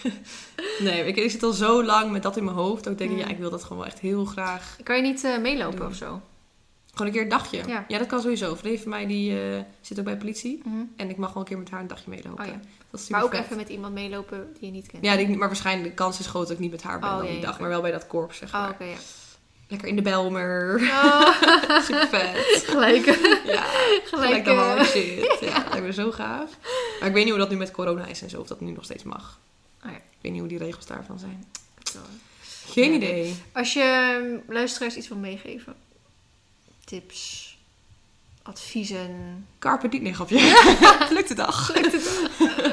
Nee, ik, ik zit al zo lang met dat in mijn hoofd. Dat ik denk, mm. ja, ik wil dat gewoon wel echt heel graag. Kan je niet uh, meelopen doen. Of zo? Gewoon een keer een dagje. Ja, ja dat kan sowieso. Een vriendin van mij die uh, zit ook bij de politie. Mm-hmm. En ik mag gewoon een keer met haar een dagje meelopen. Oh, ja. Dat is maar ook vet. even met iemand meelopen die je niet kent. Ja, die, maar waarschijnlijk de kans is groot dat ik niet met haar ben oh, dan ja, die ja, dag. okay. Maar wel bij dat korps, zeg maar. Oh, okay, ja. Lekker in de Belmer. Oh. Super vet. Gelijk. Ja, gelijk, gelijk de hard shit. Ja, dat lijkt me zo gaaf. Maar ik weet niet hoe dat nu met corona is en zo. Of dat nu nog steeds mag. Oh, ja. Ik weet niet hoe die regels daarvan zijn. Geen ja, idee. Nee. Als je luisteraars iets wil meegeven. Tips. Adviezen. Carpe diem. Nee, grapje. Lukt de dag. Lukt de dag.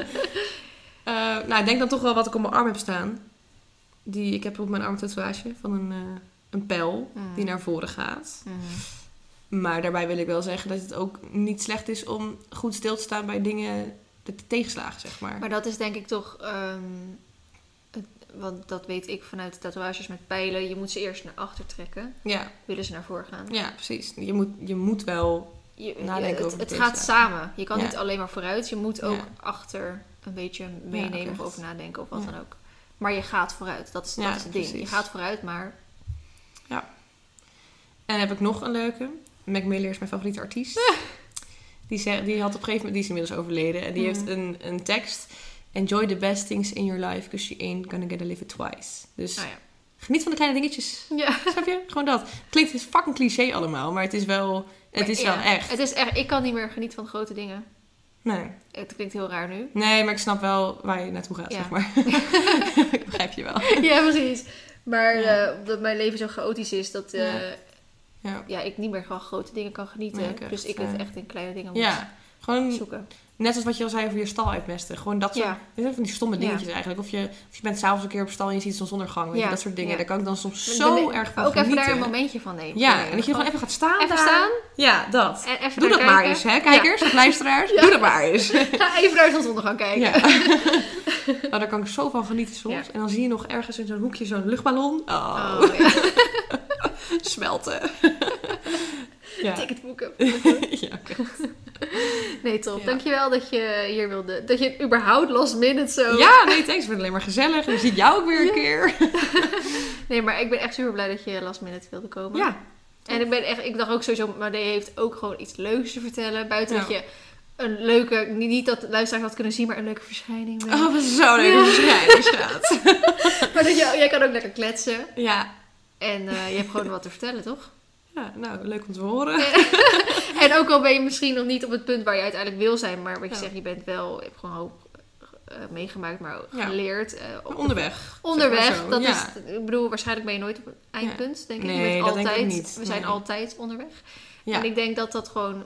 uh, nou, ik denk dan toch wel wat ik op mijn arm heb staan. Die, ik heb op mijn arm een tatoeage van een, uh, een pijl mm. die naar voren gaat. Mm. Maar daarbij wil ik wel zeggen dat het ook niet slecht is om goed stil te staan bij dingen, de tegenslagen, zeg maar. Maar dat is denk ik toch... Um, het, want dat weet ik vanuit de tatoeages met pijlen. Je moet ze eerst naar achter trekken. Ja. Willen ze naar voren gaan. Ja, precies. Je moet, je moet wel je, nadenken je, over het, de het gaat samen. Je kan ja. niet alleen maar vooruit. Je moet ook ja. achter een beetje meenemen ja, of over nadenken of wat ja. dan ook. Maar je gaat vooruit. Dat is, dat ja, is het ding. precies. Je gaat vooruit, maar... Ja. En dan heb ik nog een leuke. Mac Miller is mijn favoriete artiest. die, zei, die had op een gegeven moment... Die is inmiddels overleden. En die mm. heeft een, een tekst... Enjoy the best things in your life, because you ain't gonna get to live it twice. Dus oh ja. geniet van de kleine dingetjes. Ja. Snap je? Gewoon dat. Klinkt het fucking cliché allemaal, maar het is wel, het is ja, wel echt. Het is echt. Ik kan niet meer genieten van grote dingen. Nee. Het klinkt heel raar nu. Nee, maar ik snap wel waar je naartoe gaat, ja. zeg maar. Ik begrijp je wel. Ja, precies. Maar ja. uh, dat mijn leven zo chaotisch is, dat uh, ja. Ja. ja, ik niet meer van grote dingen kan genieten. Nee, ik dus ik het echt in kleine dingen moet ja. Gewoon zoeken. Net als wat je al zei over je stal uitmesten. Gewoon dat soort... Ja. Dit zijn van die stomme dingetjes ja. eigenlijk. Of je, of je bent s'avonds een keer op stal en je ziet zonsondergang. Weet ja. je, dat soort dingen. Ja. Daar kan ik dan soms zo de, erg van ook genieten. Ook even daar een momentje van nemen. Ja, en dat je gewoon even gaat staan Even daar. staan. Ja, dat. En even Doe dat kijken. maar eens, hè, kijkers, ja. luisteraars. Ja. Doe dat maar eens. Ga even naar de zonsondergang kijken. Ja. Nou, daar kan ik zo van genieten soms. Ja. En dan zie je nog ergens in zo'n hoekje zo'n luchtballon. Oh. oh ja. Smelten. Ja. Ticket boeken. Ja, okay. Nee, top. Ja. Dankjewel dat je hier wilde. Dat je het überhaupt last minute zo... Ja, nee, thanks. Ik vind het alleen maar gezellig. En dan zie ik jou ook weer een ja. keer. Nee, maar ik ben echt super blij dat je last minute wilde komen. Ja. En ik ben echt... Ik dacht ook sowieso... Maar die heeft ook gewoon iets leuks te vertellen. Buiten ja. dat je een leuke... Niet dat luisteraars dat kunnen zien, maar een leuke verschijning bent. Oh, wat zo'n leuke ja. verschijning, schat. Maar dat je, jij kan ook lekker kletsen. Ja. En uh, je hebt gewoon wat te vertellen, toch? Ja, nou, leuk om te horen. En ook al ben je misschien nog niet op het punt waar je uiteindelijk wil zijn, maar wat je ja. zegt, je bent wel, je hebt gewoon een hoop uh, meegemaakt, maar ook geleerd. Uh, op onderweg. De, onderweg, dat ja. is, ik bedoel, waarschijnlijk ben je nooit op het eindpunt, ja. denk ik. Nee, je bent dat altijd, denk ik niet. We zijn nee. altijd onderweg. Ja. En ik denk dat dat gewoon,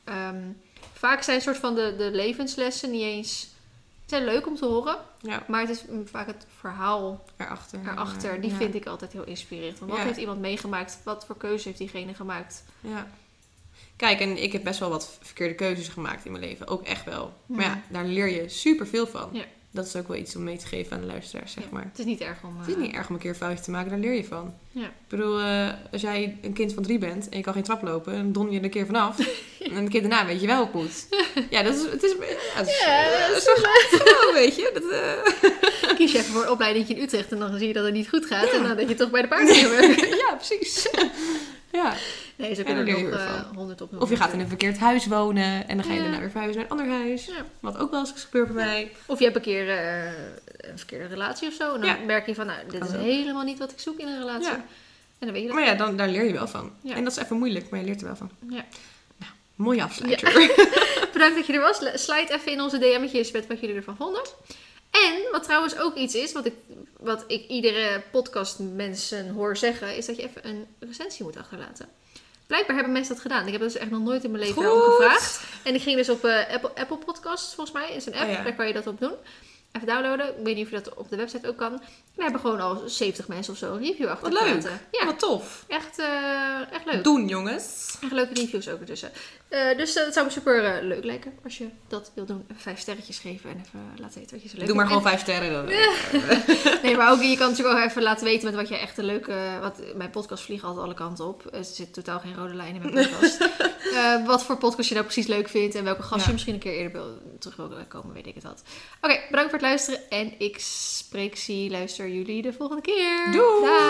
um, vaak zijn soort van de, de levenslessen niet eens... zijn leuk om te horen, ja. maar het is vaak het verhaal erachter. erachter die ja. vind ik altijd heel inspirerend. Want wat ja. heeft iemand meegemaakt? Wat voor keuze heeft diegene gemaakt? Ja. Kijk, en ik heb best wel wat verkeerde keuzes gemaakt in mijn leven. Ook echt wel. Hmm. Maar ja, daar leer je super veel van. Ja. Dat is ook wel iets om mee te geven aan de luisteraars, zeg ja. maar. Het is niet erg om... Uh... Het is niet erg om een keer een foutje te maken, daar leer je van. Ja. Ik bedoel, uh, als jij een kind van drie bent en je kan geen trap lopen, dan don je er een keer vanaf. En de keer daarna weet je wel hoe het moet. Ja, dat is... Het is, ja, dat is, ja, uh, dat is zo gaat het gewoon, weet je. Dat, uh... Kies je even voor een opleiding in Utrecht en dan zie je dat het niet goed gaat. Ja. En dan dat je toch bij de paarden gaat werken. Ja, precies. Ja. Nee, zo kunnen er nog uh, honderd op. Of je gaat in een verkeerd huis wonen en dan ga je ja. daarna weer verhuizen naar een ander huis. Ja. Wat ook wel eens is gebeurd bij mij. Of je hebt een keer uh, een verkeerde relatie of zo. En dan ja. merk je van, nou, dit is helemaal niet wat ik zoek in een relatie. Ja. En dan weet je dat. Maar ja, dan, daar leer je wel van. Ja. En dat is even moeilijk, maar je leert er wel van. Ja. Nou, mooie afsluiter. Ja. Bedankt dat je er was. Slide even in onze D M'tjes met wat jullie ervan vonden. En wat trouwens ook iets is, wat ik, wat ik iedere podcast mensen hoor zeggen, is dat je even een recensie moet achterlaten. Blijkbaar hebben mensen dat gedaan. Ik heb dat dus echt nog nooit in mijn leven om gevraagd. En ik ging dus op uh, Apple, Apple Podcasts, volgens mij. Is een app, oh ja. daar kan je dat op doen. even downloaden. Ik weet niet of je dat op de website ook kan. We hebben gewoon al zeventig mensen of zo een review achtergelaten. Wat leuk. Ja. Wat tof. Echt, uh, echt leuk. Doen, jongens. Echt leuke reviews ook ertussen. Uh, dus uh, het zou me super uh, leuk lijken als je dat wil doen. Even vijf sterretjes geven en even laten weten wat je zo leuk Doe maar vindt. gewoon en... vijf sterren. Dan. Nee, maar ook je kan natuurlijk ook even laten weten met wat je echt een leuke... Want mijn podcast vliegen altijd alle kanten op. Er zit totaal geen rode lijn in mijn podcast. uh, wat voor podcast je nou precies leuk vindt. En welke gast ja. je misschien een keer eerder wil, terug wil komen, weet ik het wat. Oké, okay, bedankt voor het luisteren. En ik spreek, zie, luister jullie de volgende keer. Doei! Daag.